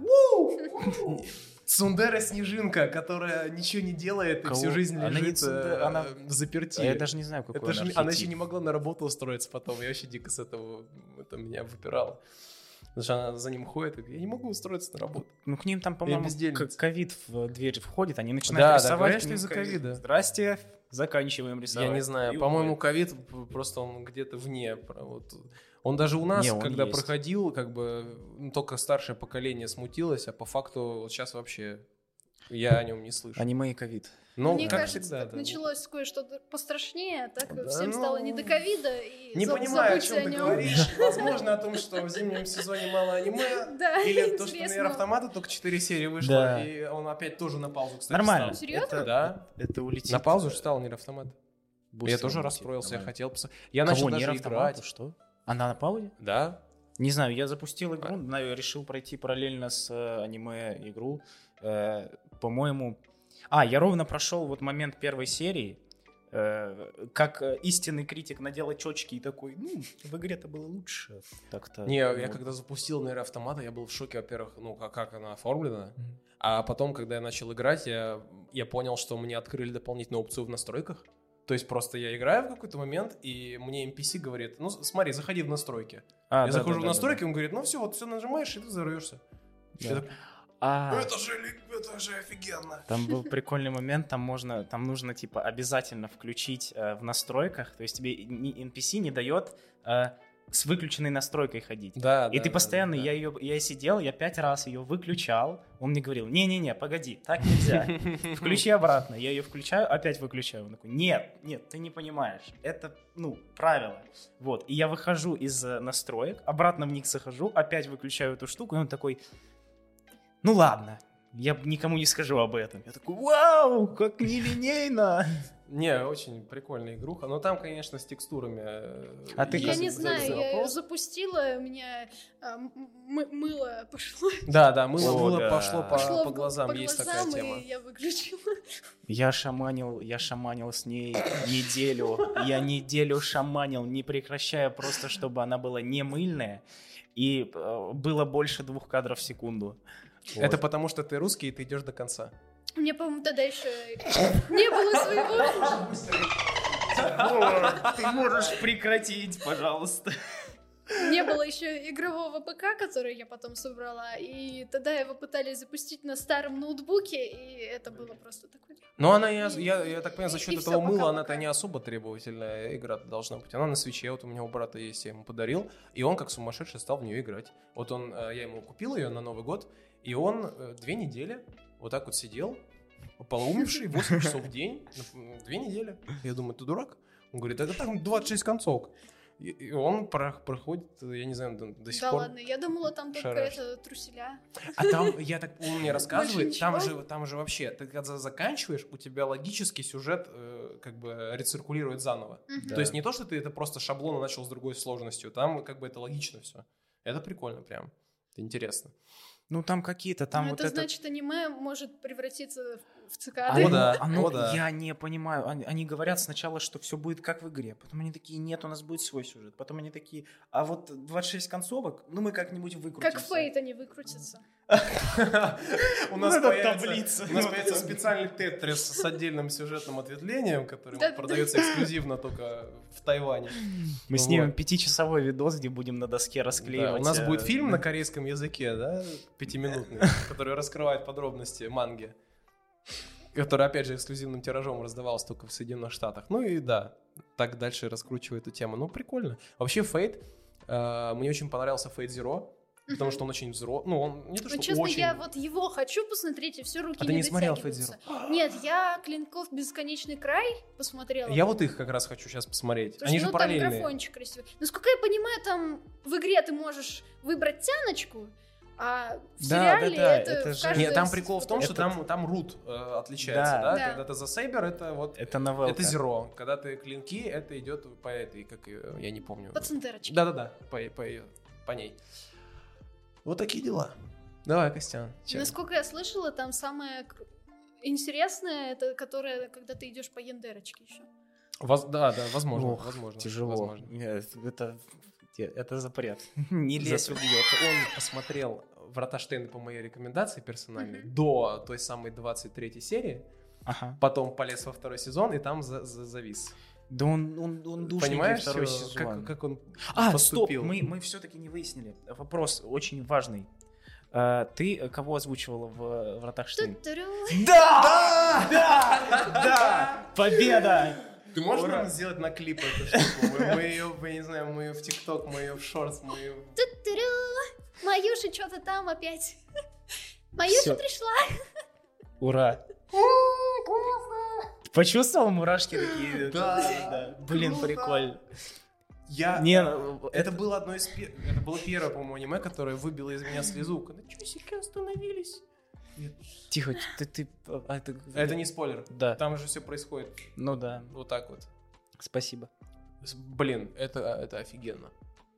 Цундера Снежинка, которая ничего не делает и Кого? всю жизнь Она не лежит Цунде- э, она- в заперти. А я даже не знаю, какой Это же, она она архетип. еще не могла на работу устроиться потом. Я вообще дико с этого это меня выпирало. Потому что она за ним ходит и говорит, я не могу устроиться на работу. Ну, к ним там, по-моему, бездельница. к- ковид в дверь входит, они начинают Да, да, рисовать. говорят, к что ним из-за ковид. ковида. Здрасте, заканчиваем рисовать. Я не знаю, И по-моему, уходит. ковид п- просто он где-то вне. про- Вот. Он даже у нас, Не, он когда есть. проходил, как бы ну, только старшее поколение смутилось, а по факту вот сейчас вообще я о нем не слышу. Аниме и ковид. Ну, Мне как кажется, всегда, так да. началось кое-что пострашнее, так Да, всем ну, стало не до ковида, и Не заб- понимаю, о забудьте чем ты нем. говоришь. Возможно, о том, что в зимнем сезоне мало аниме. Да, Или то, что интересно. «Нейр Автомата» только четыре серии вышло, Да. и он опять тоже на паузу, кстати, Нормально. встал. Серьезно? Это, Да. это улетит. На паузу же стал «Нейр Автомат». Быстро Я тоже улетит, расстроился, я нормально. хотел посмотреть. Я Кого, начал Нейр даже Автомату? играть. Что? Она на паузе? Да. Не знаю, я запустил игру, знаю, решил пройти параллельно с э, аниме игру. Э, по-моему... А, я ровно прошел вот момент первой серии, э, как э, истинный критик надел очечки и такой, ну, в игре-то было лучше. Так-то. Не, я вот. когда запустил «Нейр Автомата», я был в шоке, во-первых, ну, как, как она оформлена. Мгм. А потом, когда я начал играть, я, я понял, что мне открыли дополнительную опцию в настройках. То есть просто я играю в какой-то момент, и мне эн пи си говорит, ну, смотри, заходи в настройки. А, я да, захожу да, в да, настройки, да. он говорит, ну все, вот все нажимаешь, и ты взорвешься. Да. Я такой, А, это же, ли- это же офигенно. там был прикольный момент, там можно, там нужно типа обязательно включить э, в настройках, то есть тебе ни- эн пи си не дает э, с выключенной настройкой ходить. Да, И да, ты да, постоянно, да, я ее, я сидел, я пять раз ее выключал, он мне говорил, не-не-не, погоди, так нельзя, включи обратно, я ее включаю, опять выключаю, он такой, нет, нет, ты не понимаешь, это, ну, правило, вот, и я выхожу из э, настроек, обратно в них захожу, опять выключаю эту штуку, и он такой, ну ладно, я никому не скажу об этом, я такой, вау, как нелинейно. Не, очень прикольная игруха, но там, конечно, с текстурами. э, А ты Я есть не за- знаю, за я ее вопрос. запустила, у меня а, м- м- мыло пошло, Да, да, мыло О, было, да. пошло по, пошло по в- глазам, по есть глазам, такая тема. и я выключила. Я шаманил, я шаманил с ней неделю. Я неделю шаманил, не прекращая, просто чтобы она была не мыльная. И э, было больше двух кадров в секунду. Вот. Это потому, что ты русский, и ты идешь до конца. Мне, по-моему, тогда еще не было своего. Ты можешь прекратить, пожалуйста. Не было еще игрового ПК, который я потом собрала, и тогда его пытались запустить на старом ноутбуке, и это было просто такое... Но она, я, я, я так понимаю, за И- счет и этого всё, мыла, пока, она-то пока. не особо требовательная игра должна быть. Она на свече, вот у меня у брата есть, я ему подарил, и он как сумасшедший стал в нее играть. Вот он, э, я ему купил ее на Новый год, и он э, две недели вот так вот сидел, полоумевший, восемь часов в день, м, две недели. Я думаю, ты дурак? Он говорит, это там двадцать шесть концовок. И, и он про- проходит, я не знаю, до, до сих Да пор. ладно, я думала, там только шарашит. это труселя. А там, я так, он мне рассказывает, Больше там ничего? же, там же вообще, ты когда заканчиваешь, у тебя логический сюжет э, как бы рециркулирует заново. Мгм. Да. То есть не то, что ты это просто шаблон начал с другой сложностью, там как бы это логично все. Это прикольно прям, это интересно. Ну, там какие-то, там Ну, вот это это... значит, аниме может превратиться в О, цикады. да, оно- о, да. Я не понимаю. Они, они говорят сначала, что все будет как в игре. Потом они такие, нет, у нас будет свой сюжет. Потом они такие, а вот двадцать шесть концовок, ну мы как-нибудь выкрутимся. Как Фейт они выкрутятся. У нас Ну, это появится таблица. у нас появится специальный тетрис с отдельным сюжетным ответвлением, который Да-да-да. продается эксклюзивно только в Тайване. Мы снимем Вот. пятичасовой видос, где будем на доске Да, расклеивать. у нас э, будет фильм да. на корейском языке, да, пятиминутный, который раскрывает подробности манги, который, опять же, эксклюзивным тиражом раздавался только в Соединенных Штатах. Ну и да, так дальше раскручивает эту тему. Ну, прикольно. Вообще, Fate, э, мне очень понравился Fate Zero, потому что он очень взрослый. Ну, он не то, что Ну, честно, очень... я вот его хочу посмотреть, и все руки А не ты не смотрел дотягиваются. Fate Нет, я Клинков Бесконечный край посмотрела. Я вот их как раз хочу сейчас посмотреть. Потому Они что, же ну, там параллельные. графончик красивый. Насколько я понимаю, там в игре ты можешь выбрать тяночку, а в Да, сериале да, да, это, это в же- каждой Нет, там с- прикол в том, вот что Это- там, там рут э, отличается, Да. да? Да. Когда ты за Сейбер, это вот... Это новелка. Это зеро. Когда ты клинки, это идет по этой, как ее, я не помню. по центерочке. Да-да-да, по, по, её- по ней. Вот такие дела. Давай, Костян. чё? Насколько я слышала, там самое кру- интересное, это которое, когда ты идешь по яндерочке еще. Воз- да, да, возможно, Ох, возможно. Тяжело. возможно. Нет, Это, это запрет. Не лезь. Лес убьет. Он посмотрел «Врата Штейна» по моей рекомендации персональной Мгм. до той самой двадцать третьей серии, Ага. потом полез во второй сезон и там за- за- завис. Да он, он, он душненький Понимаешь, второй э, сезон. Как, как он А, поступил? стоп, мы, мы все-таки не выяснили. Вопрос очень важный. А, ты кого озвучивала в «Вратах Штейна»? Ту-туру. Да! Да! Да! Победа! Ты можешь Ура. нам сделать на клип эту штуку? Мы, мы ее, я не знаю, мы ее в ТикТок, мы ее в Шортс, мы ее... Ту-туру. Маюша что-то там опять. Маюша Всё. пришла. Ура! Почувствовал мурашки такие? Да. Блин, Круто. прикольно. Я... Не, ну, Это было одно из пер... Это было первое, по-моему, аниме, которое выбило из меня слезу. Когда часики остановились. Я- Тихо, ты... ты а, это, Это не спойлер. Да. Там же все происходит Ну да, вот так вот. спасибо. С- Блин, это, это офигенно.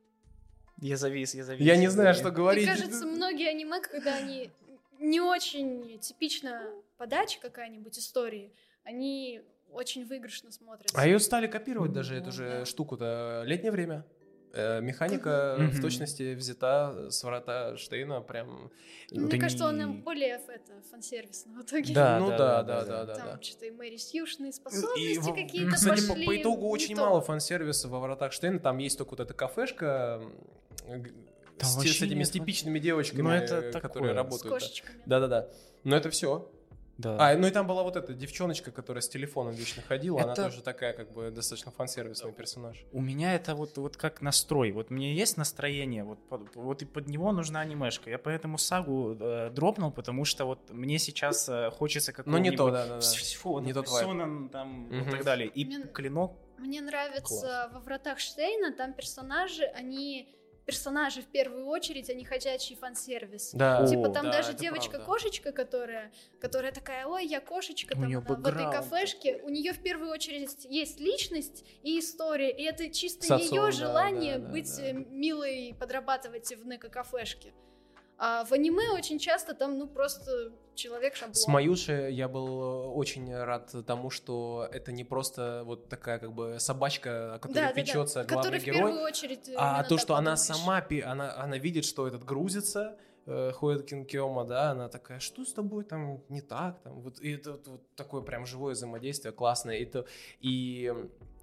Я завис, я завис. Я не знаю, что Мне говорить. кажется, многие аниме, когда они не очень типично подача какая-нибудь истории, они очень выигрышно смотрятся. А ее стали копировать даже, эту же штуку-то. Летнее время. Э, Механика Мгм. в точности взята с «Врата Штейна», прям... Мне это кажется, он не- им более ф- это, фан-сервисный в итоге. Да, ну да, да, да, да, да, да, да, Там да. что-то и Мэри Сьюшные И, способности в- какие-то кстати, по, пошли. по итогу не очень то. мало фан-сервиса во «Вратах Штейна». Там есть только вот эта кафешка м, г- Там с, те- вообще с этими нет с типичными девочками, Ну, это э, такое. которые С работают. да. кошечками. Да-да-да. Но это все. Да. А, ну и там была вот эта девчоночка, которая с телефоном вечно ходила. Она Это- тоже такая, как бы, достаточно фан-сервисный персонаж. У меня это вот, вот как настрой. Вот мне есть настроение, вот, под- вот и под него нужна анимешка. Я поэтому сагу э, дропнул, потому что вот мне сейчас э, хочется Но какого-нибудь... не то, да-да-да. Фу, Не не тот вайб. Сонан, там, Мгм. и так далее. И Мне- клинок. Мне нравится во «Вратах Штейна», там персонажи, они... Персонажи в первую очередь, они ходячий фан-сервис. Да. Типа О, там да, даже это девочка-кошечка, которая, которая такая, ой, я кошечка, У там неё она в этой бэкграунд кафешке, у нее в первую очередь есть личность и история, и это чисто С отцом, ее да, желание да, да, быть да. э, милой, подрабатывать в неко-кафешке. А в аниме очень часто там, ну, просто человек-шаблон. С Маюшей я был очень рад тому, что это не просто вот такая как бы собачка, о которой Да, да, да. печется главный Который в герой, первую очередь э, а именно то, так что она подумаешь. сама, пи- она, она видит, что этот грузится, э, ходит Кинкиома, да, она такая, что с тобой там не так, там, вот, и это вот, вот такое прям живое взаимодействие, классное, и, то, и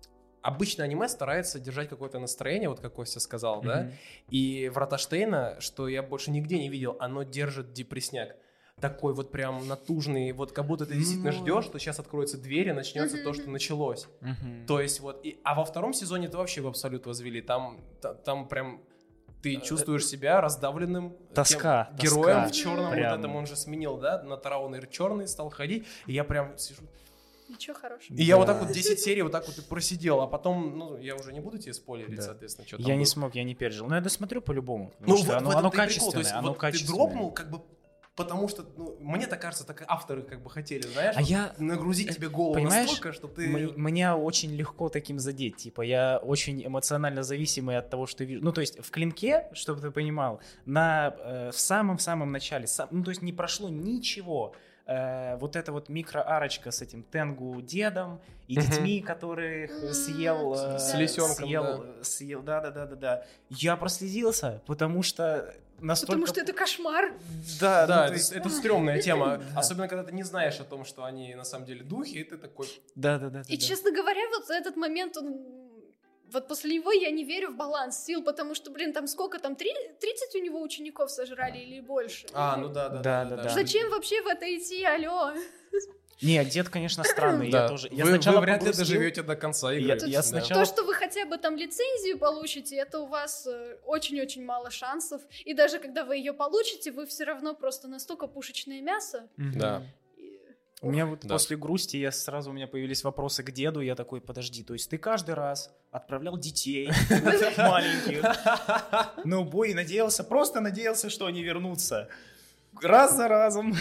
обычно аниме старается держать какое-то настроение, вот как Костя сказал, да, Мгм. и «Врата Штейна», что я больше нигде не видел, оно держит депрессняк. Такой вот прям натужный, вот как будто ты действительно Ну. ждешь, что сейчас откроются двери, начнется Мгм, то, что мгм. началось. Мгм. То есть вот, и, а во втором сезоне это вообще в абсолют возвели. Там, та- там прям ты чувствуешь себя раздавленным тем Тоска, героем тоска. в черном, Прям. вот этом он же сменил, да, на траунер черный стал ходить, и я прям сижу, Ничего хорошего. И я вот так вот десять серий вот так вот и просидел, а потом, ну, я уже не буду тебе спойлерить, Да. соответственно, что там Я не было. смог, я не пережил. Но я досмотрю по-любому. Ну, Потому что вот оно, в оно этом-то и прикол, то качественное, есть оно вот ты качественное. дропнул, как бы, потому что, ну, мне так кажется, так авторы как бы хотели, знаешь, А вот я- нагрузить тебе голову понимаешь, настолько, что ты... М- Меня очень легко таким задеть. Типа, я очень эмоционально зависимый от того, что вижу. Ну, то есть, в клинке, чтобы ты понимал, на, э, в самом-самом начале, сам- ну, то есть, не прошло ничего. Э, вот эта вот микроарочка с этим Тенгу дедом и Мгм. детьми, которых э, съел... э, С лисенком, съел, да. э, съел, да-да-да-да-да. Я прослезился, потому что настолько... Потому что это кошмар. Да, Да, ну, то это, есть- это стрёмная тема, Да. особенно когда ты не знаешь о том, что они на самом деле духи, и ты такой... Да-да-да. И, честно говоря, вот за этот момент, он... вот после него я не верю в баланс сил, потому что, блин, там сколько там, три- тридцать у него учеников сожрали или больше? А, ну да, да, Да, да. да, да. Зачем вообще в это идти, алло? Не, дед, конечно, странный. Да. Я тоже. Я вы, сначала вы вряд ли погрустил. доживете до конца игры. Я- я Да. сначала- То, что вы хотя бы там лицензию получите, это у вас э, очень-очень мало шансов. И даже когда вы ее получите, вы все равно просто настолько пушечное мясо. Мгм. Да. И- У меня вот Да. после грусти я сразу у меня появились вопросы к деду. Я такой, подожди, то есть ты каждый раз отправлял детей маленьких на убой и надеялся, просто надеялся, что они вернутся раз за разом.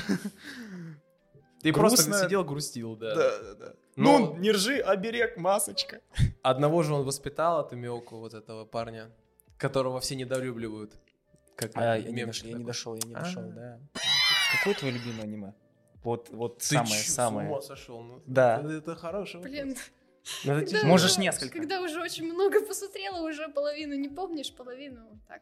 Ты просто Грустно. сидел, грустил, да. Да, да. Но- Ну, не ржи, оберег, масочка. Одного же он воспитал, эту Миоку, вот этого парня, которого все недолюбливают. Как А, я, не мемчик дошел, я не такой. дошел, я не А. дошел, да. Какое твое любимое аниме? Вот, вот Ты самое, чё, самое. с ума сошел? Ну, Да. Это, это хороший вопрос. Блин, Ну, это когда тяжело. Можешь уже- несколько. Когда уже очень много посмотрела, уже половину не помнишь, половину так.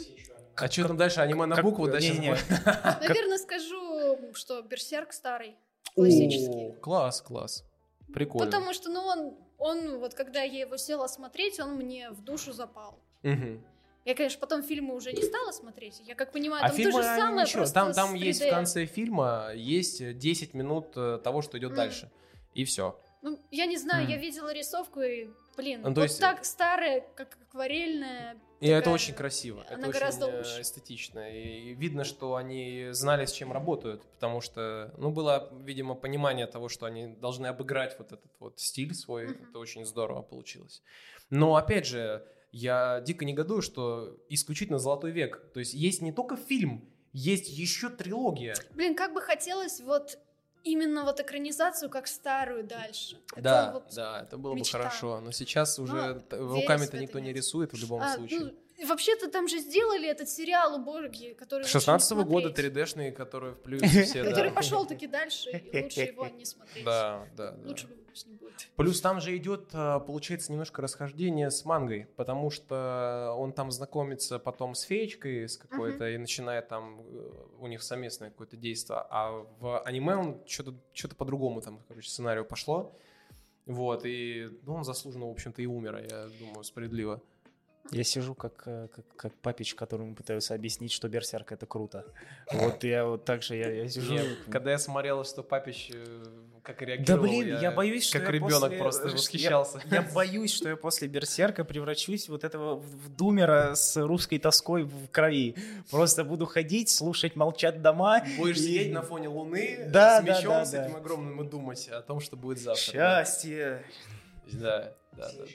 А что там дальше? Аниме на Как- букву? Да, сейчас не-не. будет. Наверное, скажу, что Берсерк старый, О, классический. класс, класс. Прикольно. Потому что, ну, он, он, вот когда я его села смотреть, он мне в душу запал. Мгм. Я, конечно, потом фильмы уже не стала смотреть. Я как понимаю, А там то фильмы, же они самое, ничего. просто Там, там с есть три дэ. в конце фильма есть десять минут э, того, что идет Мгм. дальше. И все. Ну, я не знаю, Мгм. я видела рисовку, и, блин, Ну, то вот есть- так старая, как акварельная. И это такая- очень красиво. она это гораздо очень э, лучше. эстетично. И видно, что они знали, с чем работают. Потому что, ну, было, видимо, понимание того, что они должны обыграть вот этот вот стиль свой. Мгм. Это очень здорово получилось. Но, опять же, я дико негодую, что исключительно «Золотой век». То есть есть не только фильм, есть еще трилогия. Блин, как бы хотелось вот именно вот экранизацию, как старую дальше. Это Да, вот- да, это было мечта. бы хорошо. Но сейчас уже Но т- верить в руками-то это никто не нет. рисует в любом А, случае. ну, и вообще-то там же сделали этот сериал уборки, который лучше не шестнадцатого года смотреть. три дэ-шный, который плюс все, Который да. пошел таки дальше, и лучше его не смотреть. Да, да, да. Лучше бы пусть не будет. Плюс там же идет, а, получается, немножко расхождение с мангой, потому что он там знакомится потом с феечкой с какой-то и начинает там э, у них совместное какое-то действие, а в аниме он что-то что-то по-другому там, короче, сценарию пошло. Вот, и ну, он заслуженно, в общем-то, и умер, я думаю, справедливо. Я сижу как, э, как, как папич, которому пытаются объяснить, что Берсерк это круто. Вот я вот так же, я, я сижу... Нет, когда я смотрел, что Папич э, как Да реагировал, блин, я, боюсь, что как я ребенок после- просто я- восхищался. Я, боюсь, что я после Берсерка превращусь вот этого в в думера с русской тоской в крови. Просто буду ходить, слушать «Молчат дома». Будешь и- сидеть на фоне луны Да, с да, мечом, да, с да. этим огромным и думать о том, что будет завтра. Счастье. Да, да, да.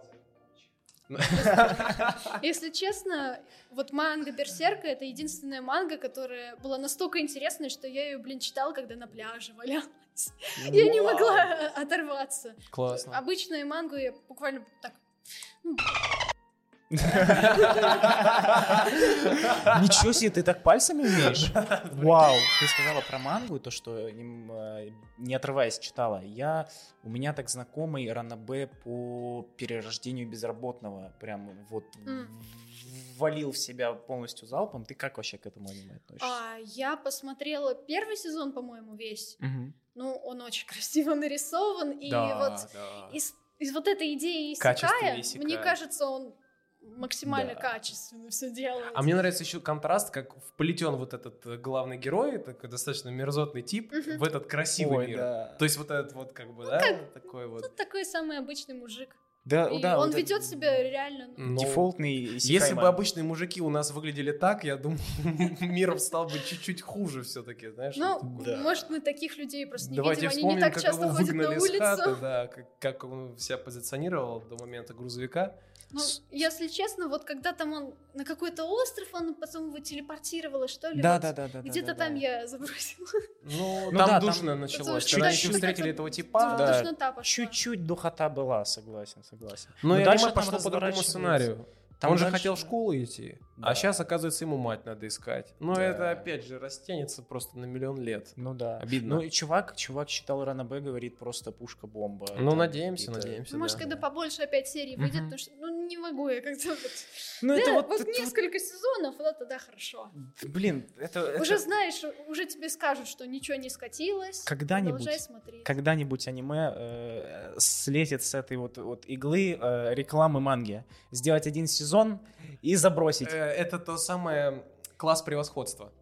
Если честно, вот манга Берсерка — это единственная манга, которая была настолько интересной, что я ее, блин, читала, когда на пляже валялась. Я не могла оторваться. Классно. Обычную мангу я буквально так... ну, Ничего себе, ты так пальцами умеешь? Вау. Ты сказала про мангу, то, что им, э, не отрываясь читала. Я, у меня так знакомый ранобэ по перерождению безработного. Прям вот М. ввалил в себя полностью залпом. Ты как вообще к этому аниме относишься? А я посмотрела первый сезон, по-моему, весь. Мгм. Ну, он очень красиво нарисован. И вот да. из, из вот этой идеи Качественный Исекая, исекай. мне кажется, он максимально Да. качественно все делает. А мне нравится еще контраст, как вплетен вот этот э, главный герой, такой достаточно мерзотный тип, Мгм. в этот красивый Ой, мир. да. То есть вот этот вот как бы, да, такой вот. Ну, такой самый обычный мужик. Да, И да, он вот ведет себя реально... ну, Ну, дефолтный Если исекай бы ман. обычные мужики у нас выглядели так, я думаю, мир стал бы чуть-чуть хуже все-таки, знаешь. Ну, Да. может, мы таких людей просто не Давайте видим, они не вспомним, так как часто его ходят на выгнали с хаты, улицу. да, как, как он себя позиционировал до момента грузовика. Ну, если честно, вот когда там он на какой-то остров, он потом его телепортировало, что ли? Да, вот да, да, да. Где-то да, да, там да. я забросила. Ну, Ну там да, там- душно началось. Чуть- Когда они чуть-чуть встретили как-то этого типа, Да. Тошнота пошла. Чуть-чуть духота была, согласен, согласен. но и дальше аниме там пошло по другому разворачивается. сценарию. Там Он же дальше- хотел в школу идти, Да. а сейчас, оказывается, ему мать надо искать. Но Да. это, опять же, растянется просто на миллион лет. Ну да. Обидно. Ну и чувак, чувак читал Ранобэ, говорит, просто пушка-бомба. Ну, Там надеемся, какие-то- надеемся, Может, да. когда побольше опять серий выйдет, Мгм. потому что, ну, не могу я как-то вот... Ну Да, это вот, вот это вот- несколько сезонов, вот тогда хорошо. блин, это, Уже это- знаешь, уже тебе скажут, что ничего не скатилось. Когда-нибудь- Продолжай смотреть. когда-нибудь аниме э, слезет с этой вот, вот иглы э, рекламы манги. Сделать один сезон и забросить. Э, Это то самое класс превосходства.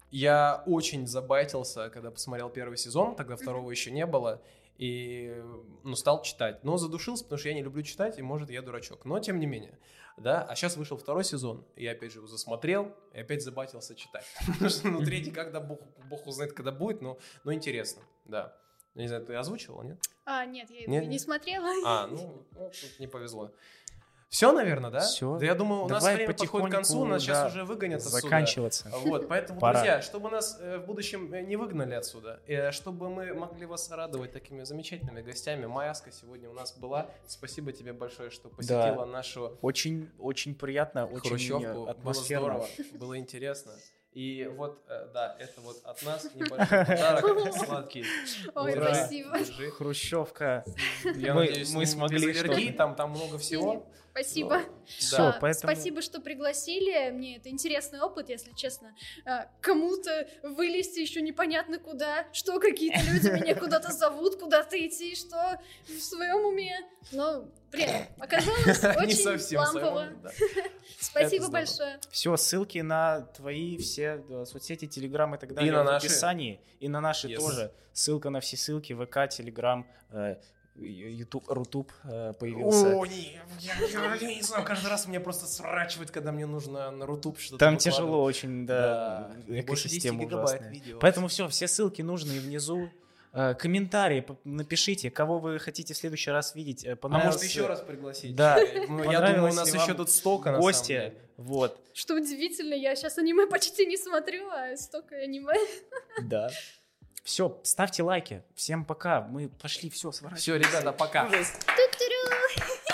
Я очень забайтился, когда посмотрел первый сезон, тогда второго еще не было, и ну, стал читать. Но задушился, потому что я не люблю читать, и, может, я дурачок. Но, тем не менее, да. А сейчас вышел второй сезон, и я опять же его засмотрел, и опять забайтился читать. Потому что, ну, третий, когда бог, бог узнает, когда будет, но, но интересно, да. Не знаю, ты озвучивал, нет? А, нет, я его Нет? не смотрела. А, ну, ну, тут не повезло. Все, наверное, да? Всё. Да я думаю, у нас Давай время подходит к концу, нас потихоньку, сейчас да, уже выгонят отсюда. заканчиваться. Вот, поэтому, Пора. друзья, чтобы нас э, в будущем э, не выгнали отсюда, э, чтобы мы могли вас радовать такими замечательными гостями, Майаска сегодня у нас была. Спасибо тебе большое, что посетила нашу Очень, очень приятно, очень хрущевку. Было атмосферно. здорово, было интересно. И вот, э, да, это вот от нас небольшой подарок сладкий. Ой, Ура. спасибо. Держи. Хрущевка. Я Мы- надеюсь, мы без смогли аллергии, что-то. там, там много всего. Спасибо. Всё, Да. А, поэтому- Спасибо, что пригласили. Мне это интересный опыт, если честно. А, Кому-то вылезти еще непонятно куда, что какие-то люди меня куда-то зовут, куда-то идти, что в своем уме. Но, блин, оказалось Не очень совсем лампово. своему, да. Спасибо здорово. большое. Все, ссылки на твои все э, соцсети, Телеграм и так далее на в наши. описании. И на наши Yes. тоже. Ссылка на все ссылки. ВК, Телеграм, э, Ютуб, Рутуб э, появился. О, не, я, я- я не знаю, каждый раз меня просто срачивает, когда мне нужно на Рутуб что-то Там выкладывать. тяжело очень, да, Да, больше десяти экосистема гигабайт ужасная. видео. Поэтому все, все ссылки нужны внизу. Э, Комментарии п- напишите, кого вы хотите в следующий раз видеть. Э, А понравился- может еще раз пригласить? Да. Ну, я думаю, у Понравилось нас ли еще вам тут столько, на гости. самом деле. Вот, Что удивительно, я сейчас аниме почти не смотрю, а столько аниме. да. Все, ставьте лайки. Всем пока. Мы пошли, все, сворачиваем. Все, ребята, пока.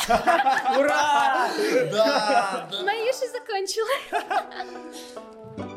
Ура! Да, да. Моя же закончила.